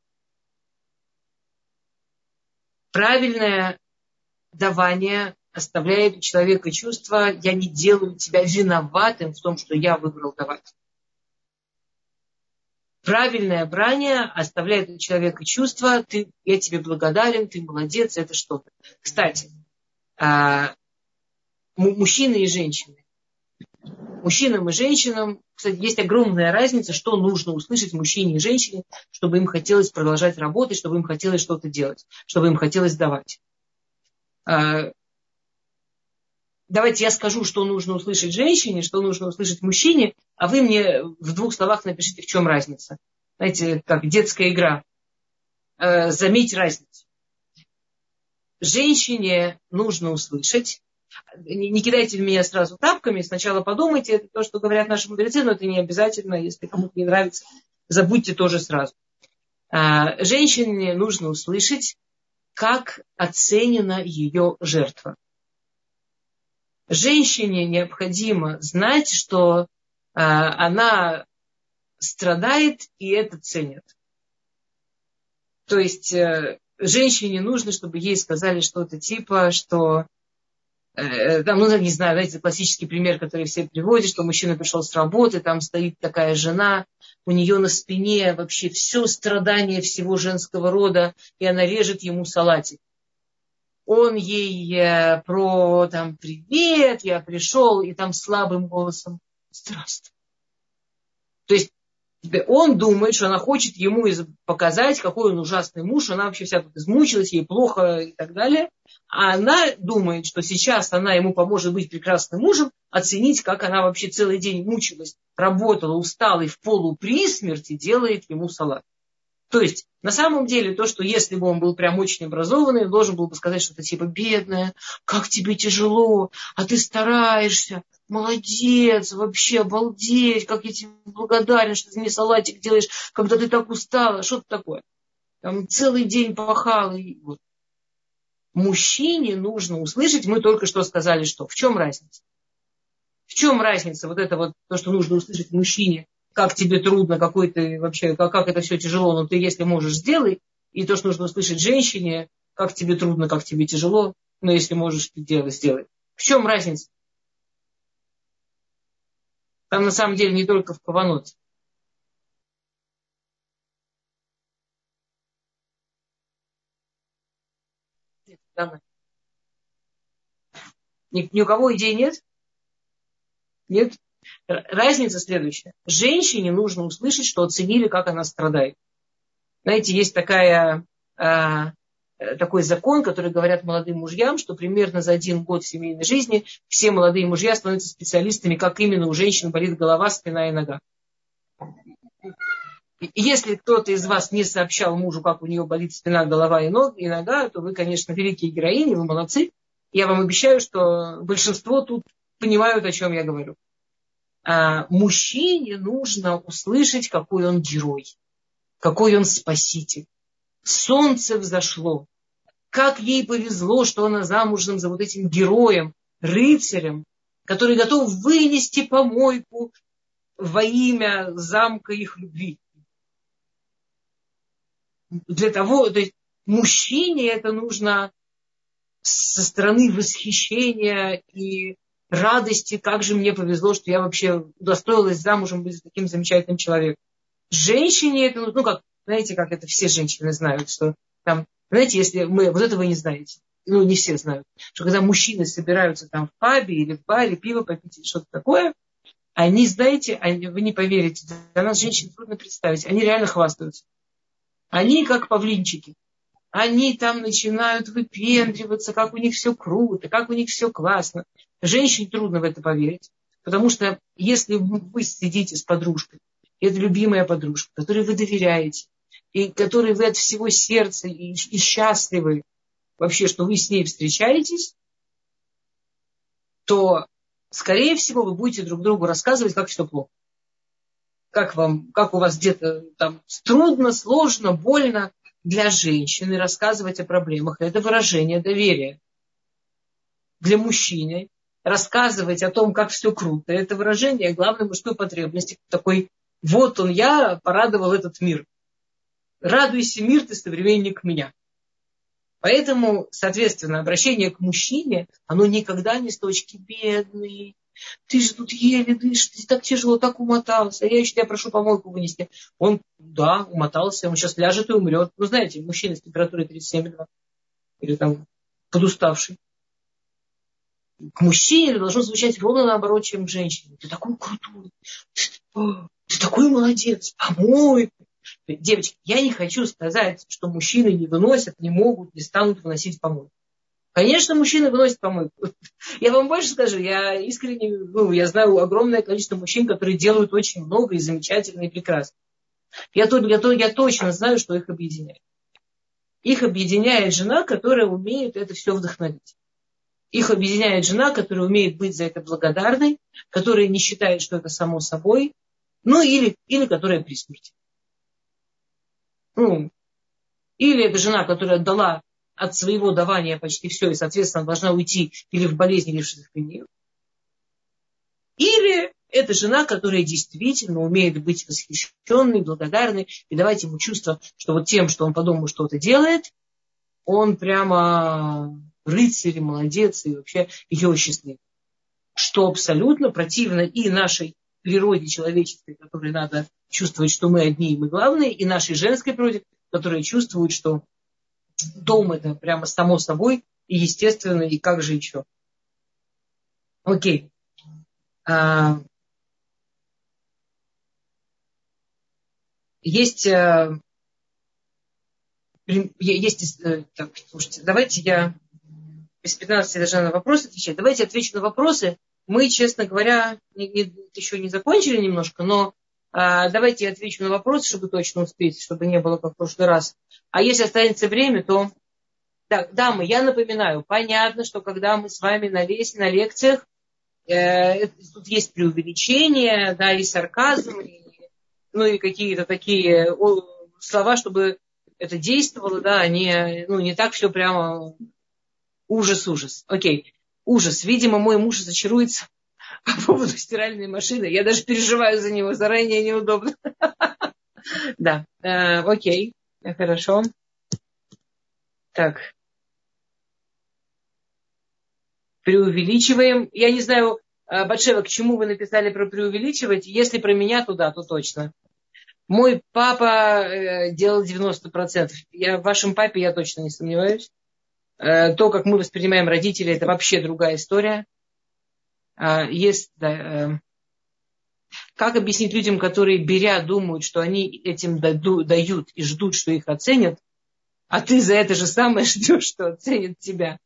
правильное давание оставляет у человека чувство: я не делаю тебя виноватым в том, что я выбрал давать. Правильное брание оставляет у человека чувство: ты, я тебе благодарен, ты молодец, это что-то. Кстати, а, мужчины и женщины. Мужчинам и женщинам, кстати, есть огромная разница, что нужно услышать мужчине и женщине, чтобы им хотелось продолжать работать, чтобы им хотелось что-то делать, чтобы им хотелось давать. А, давайте я скажу, что нужно услышать женщине, что нужно услышать мужчине, а вы мне в двух словах напишите, в чем разница. Знаете, как детская игра. Э, заметь разницу. Женщине нужно услышать. Не, не кидайте в меня сразу тапками, сначала подумайте, это то, что говорят наши мудрецы, но это не обязательно, если кому-то не нравится, забудьте тоже сразу. Э, женщине нужно услышать, как оценена ее жертва. Женщине необходимо знать, что э, она страдает, и это ценят. То есть э, женщине нужно, чтобы ей сказали что-то типа, что, э, там, ну, не знаю, знаете, классический пример, который все приводят, что мужчина пришел с работы, там стоит такая жена, у нее на спине вообще все страдание всего женского рода, и она режет ему салатик. Он ей э, про, там, привет, я пришел, и там слабым голосом: здравствуй. То есть он думает, что она хочет ему показать, какой он ужасный муж, она вообще вся тут измучилась, ей плохо и так далее. А она думает, что сейчас она ему поможет быть прекрасным мужем, оценить, как она вообще целый день мучилась, работала, устала и в полу при смерти делает ему салат. То есть, на самом деле, то, что если бы он был прям очень образованный, он должен был бы сказать что-то типа: бедная, как тебе тяжело, а ты стараешься, молодец, вообще обалдеть, как я тебе благодарен, что ты мне салатик делаешь, когда ты так устала, что-то такое. Там целый день пахала. И вот. Мужчине нужно услышать, мы только что сказали, что. В чем разница? В чем разница? Вот это вот то, что нужно услышать мужчине. Как тебе трудно, какой ты вообще, как, как это все тяжело, но ты, если можешь, сделай. И то, что нужно услышать женщине, как тебе трудно, как тебе тяжело, но если можешь, ты делай, сделай. В чем разница? Там на самом деле не только в каванот. Ни, ни у кого идей нет? Нет? Разница следующая. Женщине нужно услышать, что оценили, как она страдает. Знаете, есть такая, э, такой закон, который говорят молодым мужьям, что примерно за один год в семейной жизни все молодые мужья становятся специалистами, как именно у женщин болит голова, спина и нога. И если кто-то из вас не сообщал мужу, как у нее болит спина, голова и нога, то вы, конечно, великие героини, вы молодцы. Я вам обещаю, что большинство тут понимают, о чем я говорю. А мужчине нужно услышать, какой он герой, какой он спаситель. Солнце взошло. Как ей повезло, что она замужем за вот этим героем, рыцарем, который готов вынести помойку во имя замка их любви. Для того, то есть мужчине это нужно со стороны восхищения и радости, как же мне повезло, что я вообще удостоилась замужем быть с таким замечательным человеком. Женщине это, ну как, знаете, как это все женщины знают, что там, знаете, если мы, вот это вы не знаете, ну не все знают, что когда мужчины собираются там в пабе или в баре, пиво попить или что-то такое, Они, знаете, они, вы не поверите, для нас женщин трудно представить, они реально хвастаются. Они как павлинчики. Они там начинают выпендриваться, как у них все круто, как у них все классно. Женщине трудно в это поверить. Потому что если вы сидите с подружкой, и это любимая подружка, которой вы доверяете, и которой вы от всего сердца и, и счастливы вообще, что вы с ней встречаетесь, то, скорее всего, вы будете друг другу рассказывать, как все плохо. Как вам, как у вас где-то там трудно, сложно, больно. Для женщины рассказывать о проблемах – это выражение доверия. Для мужчины рассказывать о том, как все круто – это выражение главной мужской потребности. Такой, вот он я, порадовал этот мир. Радуйся, мир, ты современник меня. Поэтому, соответственно, обращение к мужчине, оно никогда не с точки бедный. Ты же тут еле дышишь, ты так тяжело, так умотался. Я еще тебя прошу помойку вынести. Он, да, умотался, он сейчас ляжет и умрет. Ну, знаете, мужчина с температурой тридцать семь два или там подуставший. К мужчине это должно звучать ровно наоборот, чем к женщине. Ты такой крутой, ты, ты такой молодец, помойку. Девочки, я не хочу сказать, что мужчины не выносят, не могут, не станут выносить помойку. Конечно, мужчины выносят помойку. Я вам больше скажу, я искренне, ну, я знаю огромное количество мужчин, которые делают очень много и замечательно, и прекрасно. Я, я, я точно знаю, что их объединяет. Их объединяет жена, которая умеет это все вдохновить. Их объединяет жена, которая умеет быть за это благодарной, которая не считает, что это само собой, ну или, или которая при смерти. Ну, или это жена, которая отдала от своего давания почти все, и, соответственно, должна уйти или в болезнь, или в шизофрению. Или это жена, которая действительно умеет быть восхищенной, благодарной, и давать ему чувство, что вот тем, что он по дому что-то делает, он прямо рыцарь, молодец, и вообще ее счастливый. Что абсолютно противно и нашей природе человеческой, которой надо чувствовать, что мы одни и мы главные, и нашей женской природе, которая чувствует, что дом это прямо само собой, и естественно, и как же еще. Окей. А, есть, а, есть, так, слушайте, давайте я без пятнадцати даже на вопросы отвечать. Давайте отвечу на вопросы. Мы, честно говоря, не, не, еще не закончили немножко, но а, давайте я отвечу на вопросы, чтобы точно успеть, чтобы не было как в прошлый раз. А если останется время, то... Так, дамы, я напоминаю, понятно, что когда мы с вами на лесе, на лекциях, э, тут есть преувеличение, да, и сарказм, и, ну и какие-то такие о, слова, чтобы это действовало, да, а не, ну, не так все прямо ужас-ужас. Окей, ужас. Видимо, мой муж зачаруется по поводу стиральной машины. Я даже переживаю за него, заранее неудобно. Да, окей, хорошо. Так. Преувеличиваем. Я не знаю, Батшева, к чему вы написали про преувеличивать. Если про меня, то да, то точно. Мой папа э, делал девяносто процентов. Я, в вашем папе я точно не сомневаюсь. Э, то, как мы воспринимаем родителей, это вообще другая история. Э, есть, да, э, как объяснить людям, которые, беря, думают, что они этим дают и ждут, что их оценят, а ты за это же самое ждешь, что оценят тебя.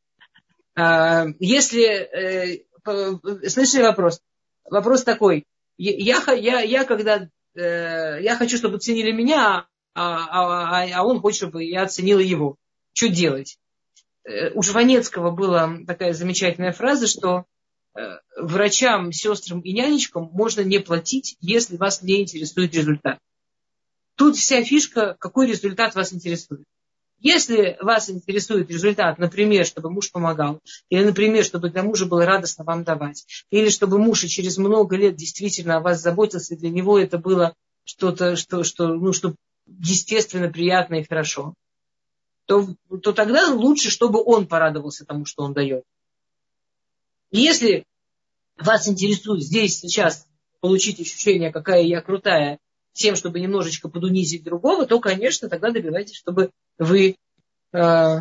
Если, слышали вопрос? Вопрос такой. Я, я, я когда, я хочу, чтобы ценили меня, а, а, а он хочет, чтобы я оценила его. Что делать? У Жванецкого была такая замечательная фраза, что врачам, сестрам и нянечкам можно не платить, если вас не интересует результат. Тут вся фишка, какой результат вас интересует. Если вас интересует результат, например, чтобы муж помогал, или, например, чтобы для мужа было радостно вам давать, или чтобы муж и через много лет действительно о вас заботился, и для него это было что-то, что, что, ну, что естественно, приятно и хорошо, то, то тогда лучше, чтобы он порадовался тому, что он дает. И если вас интересует здесь, сейчас получить ощущение, какая я крутая, тем, чтобы немножечко подунизить другого, то, конечно, тогда добивайтесь, чтобы вы э,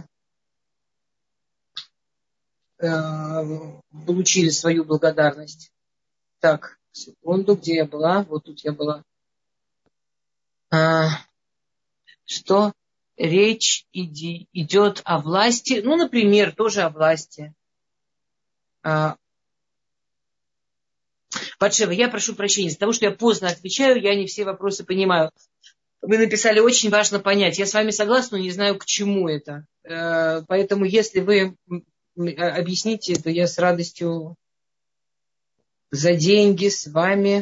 э, получили свою благодарность. Так. Секунду, где я была? Вот тут я была. А, что речь иди, идет о власти. Ну, например, тоже о власти. А, Батшева, я прошу прощения, из-за того, что я поздно отвечаю, я не все вопросы понимаю. Вы написали, очень важно понять. Я с вами согласна, но не знаю, к чему это. Поэтому, если вы объясните это, я с радостью за деньги с вами.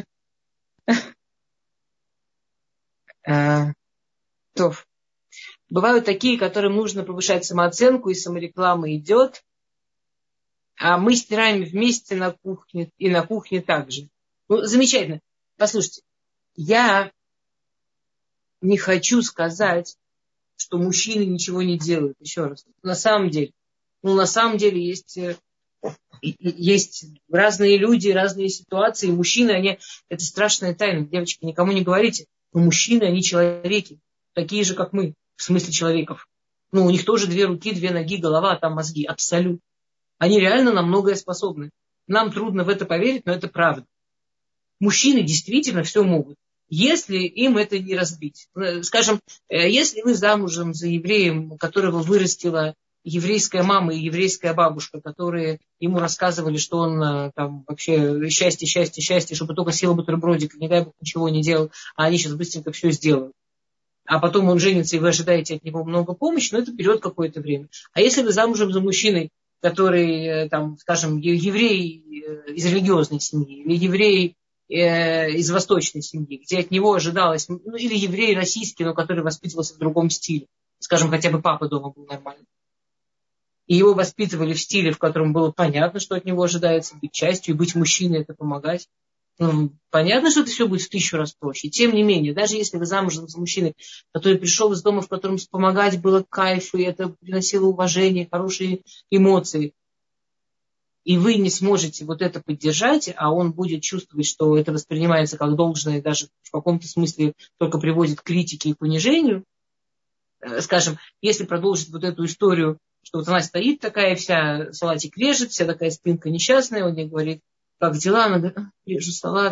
То. Бывают такие, которым нужно повышать самооценку, и самореклама идет. А мы стираем вместе на кухне, и на кухне также. Ну, замечательно. Послушайте, я не хочу сказать, что мужчины ничего не делают. Еще раз. На самом деле. Ну, на самом деле есть, есть разные люди, разные ситуации. Мужчины, они... Это страшная тайна. Девочки, никому не говорите. Но мужчины, они человеки. Такие же, как мы. В смысле человеков. Ну, у них тоже две руки, две ноги, голова, а там мозги. Абсолютно. Они реально на многое способны. Нам трудно в это поверить, но это правда. Мужчины действительно все могут, если им это не разбить. Скажем, если вы замужем за евреем, которого вырастила еврейская мама и еврейская бабушка, которые ему рассказывали, что он там вообще счастье, счастье, счастье, чтобы только съел бутербродик, не дай бог ничего не делал, а они сейчас быстренько все сделают. А потом он женится, и вы ожидаете от него много помощи, но это берет какое-то время. А если вы замужем за мужчиной, который, там, скажем, еврей из религиозной семьи, или еврей э, из восточной семьи, где от него ожидалось, ну, или еврей российский, но который воспитывался в другом стиле, скажем, хотя бы папа дома был нормальный, и его воспитывали в стиле, в котором было понятно, что от него ожидается быть частью, и быть мужчиной, это помогать. Ну, понятно, что это все будет в тысячу раз проще. Тем не менее, даже если вы замужем за мужчиной, который пришел из дома, в котором помогать было кайф, и это приносило уважение, хорошие эмоции, и вы не сможете вот это поддержать, а он будет чувствовать, что это воспринимается как должное, даже в каком-то смысле только приводит к критике и понижению, скажем, если продолжить вот эту историю, что вот она стоит такая вся, салатик режет, вся такая спинка несчастная, он ей говорит, как дела? Она говорит, режу салат.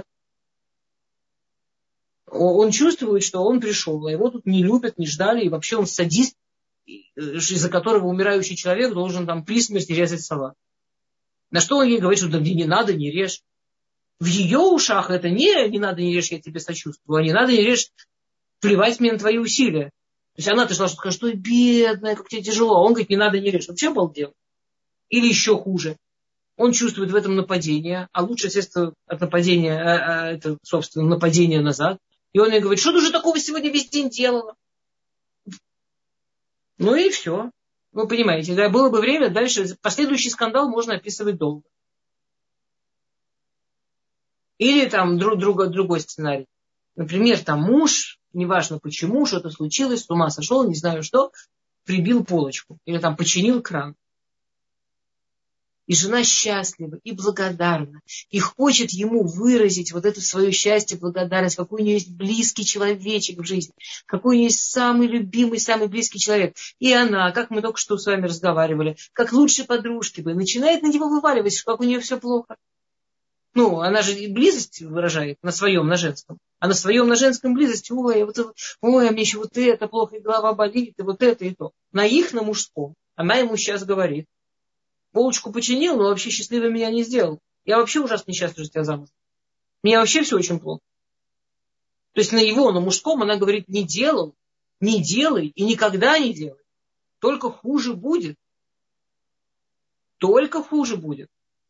Он чувствует, что он пришел, а его тут не любят, не ждали, и вообще он садист, из-за которого умирающий человек должен там при смерти резать салат. На что он ей говорит, что да мне не надо, не режь. В ее ушах это не не надо, не режь, я тебе сочувствую, а не надо, не режь, плевать мне на твои усилия. То есть она-то должна сказать, что бедная, как тебе тяжело. А он говорит, не надо, не режь. Вообще обалдел. Или еще хуже. Он чувствует в этом нападение, а лучшее средство от нападения, а, а, это, собственно, нападение назад. И он ей говорит, что ты уже такого сегодня весь день делала? Ну и все. Вы понимаете, да, было бы время, дальше последующий скандал можно описывать долго. Или там друг, друг, другой сценарий. Например, там муж, неважно почему, что-то случилось, с ума сошел, не знаю что, прибил полочку. Или там починил кран. И жена счастлива и благодарна. И хочет ему выразить вот это свое счастье, благодарность, какой у нее есть близкий человечек в жизни, какой у нее есть самый любимый, самый близкий человек. И она, как мы только что с вами разговаривали, как лучшие подружки бы, начинает на него вываливать, как у нее все плохо. Ну, она же близость выражает на своем, на женском. А на своем, на женском близости, ой, вот, ой, а мне еще вот это плохо, и голова болит, и вот это, и то. На их, на мужском. Она ему сейчас говорит. Полочку починил, но вообще счастливым меня не сделал. Я вообще ужасно несчастлива, что я замуж. Мне вообще все очень плохо. То есть на его, на мужском она говорит, не делал, не делай и никогда не делай. Только хуже будет. Только хуже будет.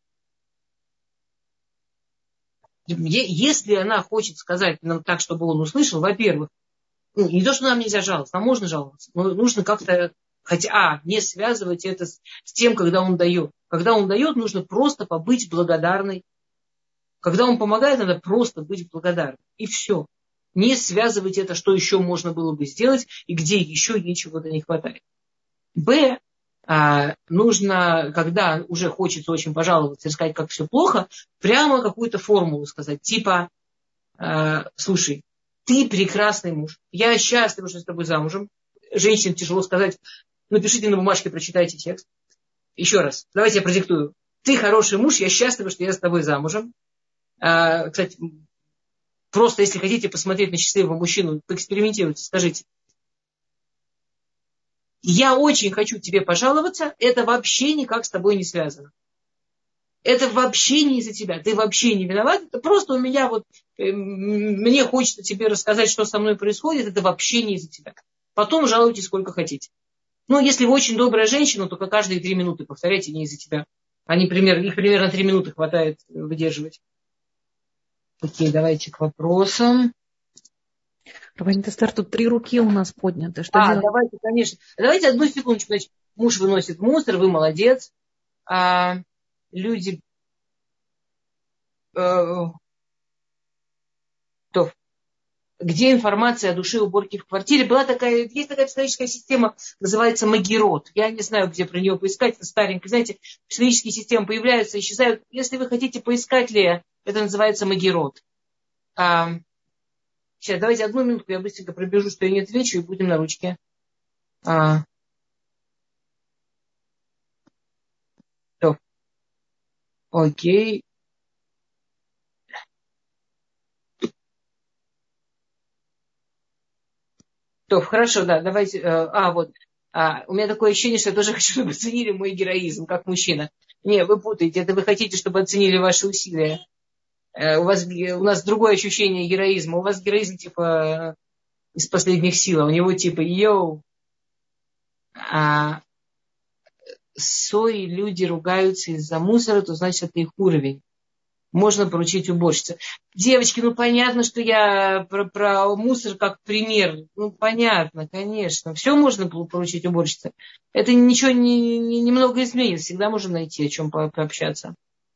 Если она хочет сказать нам так, чтобы он услышал, во-первых, ну, не то, что нам нельзя жаловаться, нам можно жаловаться, но нужно как-то, хотя, а, не связывать это с, с тем, когда он дает. Когда он дает, нужно просто побыть благодарной. Когда он помогает, надо просто быть благодарной. И все. Не связывать это, что еще можно было бы сделать, и где еще ей чего-то не хватает. Б. А, нужно, когда уже хочется очень пожаловаться и сказать, как все плохо, прямо какую-то формулу сказать. Типа, а, слушай, ты прекрасный муж. Я счастлива, что с тобой замужем. Женщинам тяжело сказать. Напишите на бумажке, прочитайте текст. Еще раз. Давайте я продиктую. Ты хороший муж, я счастлива, что я с тобой замужем. А, кстати, просто если хотите посмотреть на счастливого мужчину, поэкспериментируйте, скажите. Я очень хочу тебе пожаловаться, это вообще никак с тобой не связано. Это вообще не из-за тебя, ты вообще не виноват, это просто у меня вот, э, мне хочется тебе рассказать, что со мной происходит, это вообще не из-за тебя. Потом жалуйтесь сколько хотите. Ну, если вы очень добрая женщина, то каждые три минуты повторяйте, не из-за тебя. Они примерно, их примерно три минуты хватает выдерживать. Окей, давайте к вопросам. Рабанит Эстер, тут три руки у нас подняты. Что а, делать? давайте, конечно. Давайте одну секундочку. Значит, муж выносит мусор, вы молодец. А, люди... Э, то, где информация о душе уборки в квартире? Была такая, есть такая психологическая система, называется Магирот. Я не знаю, где про нее поискать, это старенькая. Знаете, психологические системы появляются, исчезают. Если вы хотите поискать, Лея, это называется Магирот. А, сейчас, давайте одну минутку, я быстренько пробежу, что я не отвечу, и будем на ручке. А, то. Окей. То, хорошо, да, давайте. А, вот. А, у меня такое ощущение, что я тоже хочу, чтобы оценили мой героизм, как мужчина. Не, вы путаете. Это вы хотите, чтобы оценили ваши усилия. У вас, у нас другое ощущение героизма. У вас героизм типа из последних сил. А у него типа йоу. А сои люди ругаются из-за мусора, то значит это их уровень. Можно поручить уборщице. Девочки, ну понятно, что я про, про мусор как пример. Ну понятно, конечно. Все можно поручить уборщице. Это ничего не, не, немного изменит. Всегда можно найти, о чем по, пообщаться.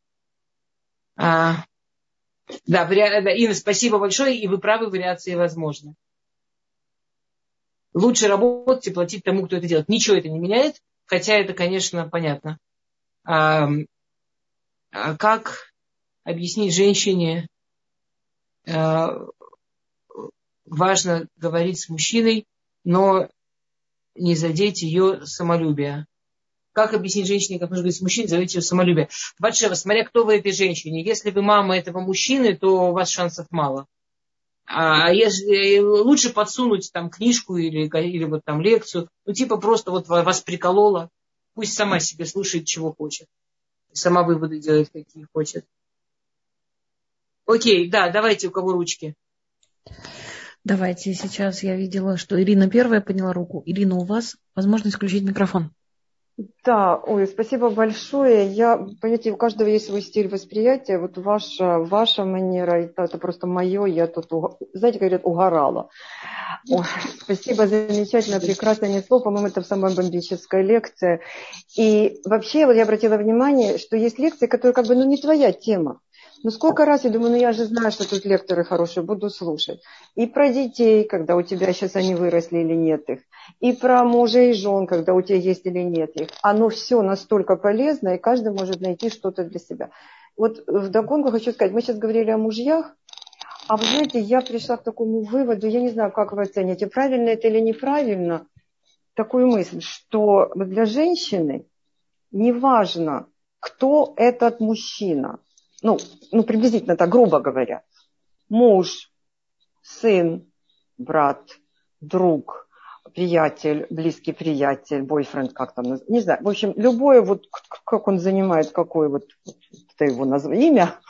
А, да, вари... Инна, спасибо большое. И вы правы, вариации возможны. Лучше работать и платить тому, кто это делает. Ничего это не меняет. Хотя это, конечно, понятно. А, а как... объяснить женщине, э, важно говорить с мужчиной, но не задеть ее самолюбие. Как объяснить женщине, как нужно говорить с мужчиной, задеть ее самолюбие? Батшева, смотря кто вы этой женщине. Если вы мама этого мужчины, то у вас шансов мало. А если лучше подсунуть там книжку или, или вот там лекцию, ну типа просто вот вас приколола, пусть сама себе слушает, чего хочет. Сама выводы делает, какие хочет. Окей, да, давайте, у кого ручки. Давайте, сейчас я видела, что Ирина первая подняла руку. Ирина, у вас возможность включить микрофон. Да, ой, спасибо большое. Я, понимаете, у каждого есть свой стиль восприятия. Вот ваша, ваша манера, это, это просто мое, я тут, знаете, говорят, угорала. Ой, спасибо, замечательно, прекрасно, не слово, по-моему, это самая бомбическая лекция. И вообще, вот я обратила внимание, что есть лекции, которые как бы, ну, не твоя тема. Ну, сколько раз я думаю, ну, я же знаю, что тут лекторы хорошие, буду слушать. И про детей, когда у тебя сейчас они выросли или нет их. И про мужа и жен, когда у тебя есть или нет их. Оно все настолько полезно, и каждый может найти что-то для себя. Вот вдогонку хочу сказать, мы сейчас говорили о мужьях, а вы знаете, я пришла к такому выводу, я не знаю, как вы оцените, правильно это или неправильно, такую мысль, что для женщины неважно, кто этот мужчина. Ну, ну, приблизительно так, грубо говоря. Муж, сын, брат, друг, приятель, близкий приятель, бойфренд, как там, не знаю. В общем, любое, вот, как он занимает, какое вот, это его название, имя,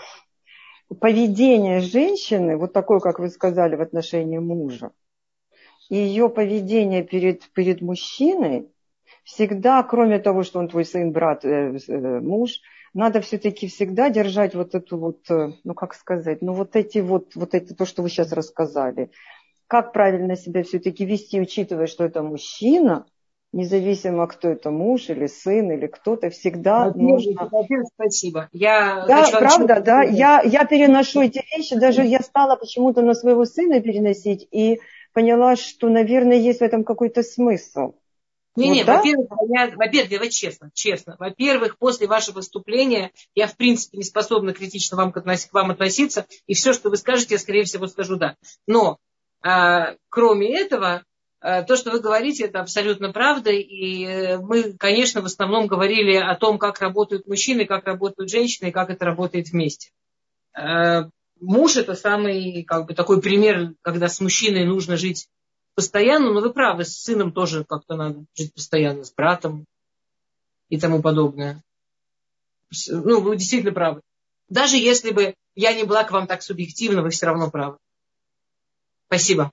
поведение женщины, вот такое, как вы сказали, в отношении мужа, и ее поведение перед, перед мужчиной, всегда, кроме того, что он твой сын, брат, э, э, муж, надо все-таки всегда держать вот эту вот, ну как сказать, ну вот эти вот, вот это то, что вы сейчас рассказали. Как правильно себя все-таки вести, учитывая, что это мужчина, независимо, кто это муж или сын или кто-то, всегда во-первых, нужно... Во-первых, спасибо. Я да, хочу правда, да, я, я переношу эти вещи, даже я стала почему-то на своего сына переносить и поняла, что, наверное, есть в этом какой-то смысл. Не-не, вот, да? во-первых, я, во-первых, давайте честно, честно. Во-первых, после вашего выступления я, в принципе, не способна критично вам, к вам относиться, и все, что вы скажете, я, скорее всего, скажу да. Но, а, кроме этого, а, то, что вы говорите, это абсолютно правда, и мы, конечно, в основном говорили о том, как работают мужчины, как работают женщины, и как это работает вместе. Муж это самый, как бы, такой пример, когда с мужчиной нужно жить постоянно, но вы правы, с сыном тоже как-то надо жить постоянно, с братом и тому подобное. Ну, вы действительно правы. Даже если бы я не была к вам так субъективна, вы все равно правы. Спасибо.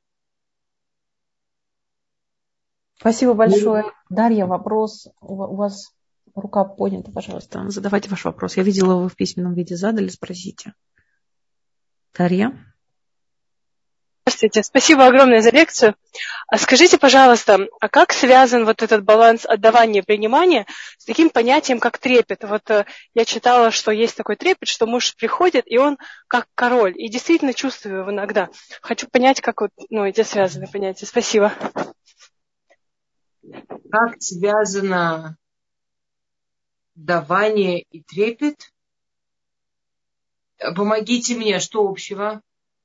Спасибо большое. Дарья, вопрос. У вас рука поднята, пожалуйста. Задавайте ваш вопрос. Я видела, вы в письменном виде задали, спросите. Дарья. Здравствуйте. Спасибо огромное за лекцию. А скажите, пожалуйста, а как связан вот этот баланс отдавания и принимания с таким понятием, как трепет? Вот я читала, что есть такой трепет, что муж приходит, и он как король. И действительно чувствую его иногда. Хочу понять, как вот, ну, эти связаны понятия. Спасибо. Как связано давание и трепет? Помогите мне, что общего?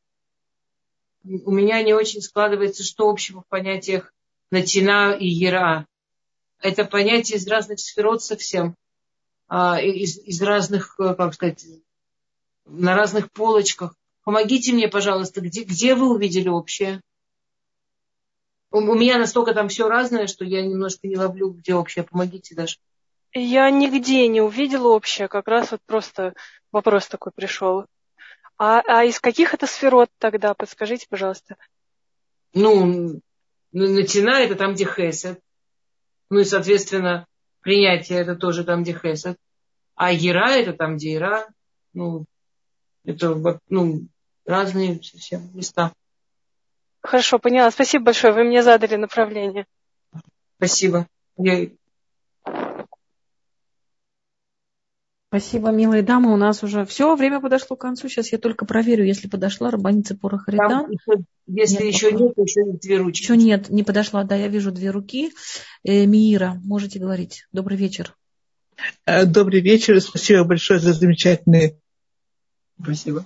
У меня не очень складывается, что общего в понятиях натина и ера. Это понятие из разных сферот совсем, из, из разных, как сказать, на разных полочках. Помогите мне, пожалуйста, где, где вы увидели общее? У, у меня настолько там все разное, что я немножко не ловлю, где общее. Помогите даже. Я нигде не увидела общее, как раз вот просто вопрос такой пришел. А, а из каких это сферот тогда? Подскажите, пожалуйста. Ну, натина это там, где хесед. Ну и, соответственно, принятие это тоже там, где хесед. А ера это там, где ера. Ну, это ну, разные совсем места. Хорошо, поняла. Спасибо большое. Вы мне задали направление. Спасибо. Я... Спасибо, милые дамы. У нас уже все, время подошло к концу. Сейчас я только проверю, если подошла Рабанит Ципора Харидан. Если нет, еще пока. Нет, еще две ручки. Еще нет, не подошла. Да, я вижу две руки. Э, Миира, можете говорить. Добрый вечер. Добрый вечер. Спасибо большое за замечательные... Спасибо.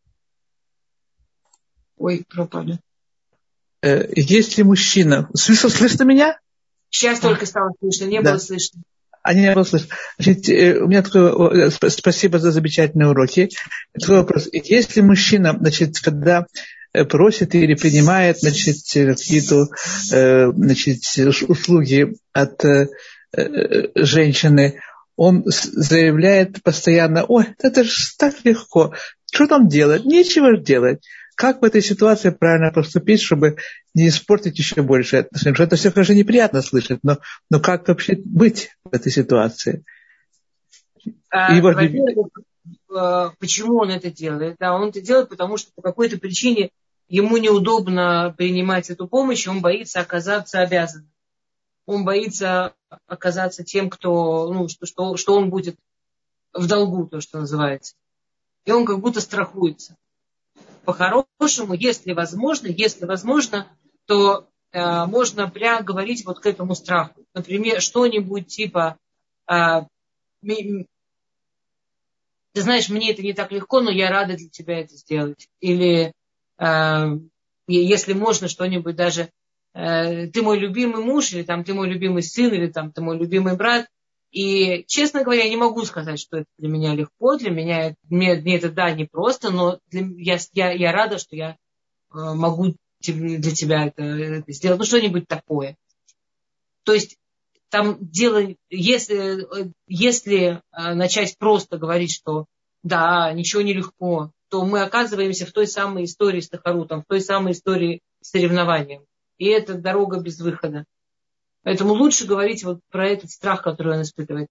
Ой, пропали. Э, если мужчина... Слышно, слышно меня? Сейчас а. только стало слышно, не да. было слышно. А не было слышно. Значит, у меня такой... Спасибо за замечательные уроки. Такой вопрос. Если мужчина, значит, когда просит или принимает, значит, какие-то, значит, услуги от женщины, он заявляет постоянно: ой, это же так легко. Что там делать? Нечего делать. Как в этой ситуации правильно поступить, чтобы не испортить еще больше отношения? Это все, конечно, неприятно слышать, но, но как вообще быть в этой ситуации? А, Его... Почему он это делает? Да, он это делает, потому что по какой-то причине ему неудобно принимать эту помощь, и он боится оказаться обязанным. Он боится оказаться тем, кто, ну, что, что, что он будет в долгу, то, что называется. И он как будто страхуется. По-хорошему, если возможно, если возможно, то э, можно прямо говорить вот к этому страху. Например, что-нибудь типа, э, ты знаешь, мне это не так легко, но я рада для тебя это сделать. Или э, если можно, что-нибудь даже, э, ты мой любимый муж, или там ты мой любимый сын, или там ты мой любимый брат. И, честно говоря, я не могу сказать, что это для меня легко, для меня, мне, мне это, да, непросто, но для, я, я, я рада, что я э, могу для тебя это, это сделать, ну, что-нибудь такое. То есть, там дело, если, если э, начать просто говорить, что да, ничего не легко, то мы оказываемся в той самой истории с Тахарутом, в той самой истории с соревнованием. И это дорога без выхода. Поэтому лучше говорить вот про этот страх, который он испытывает.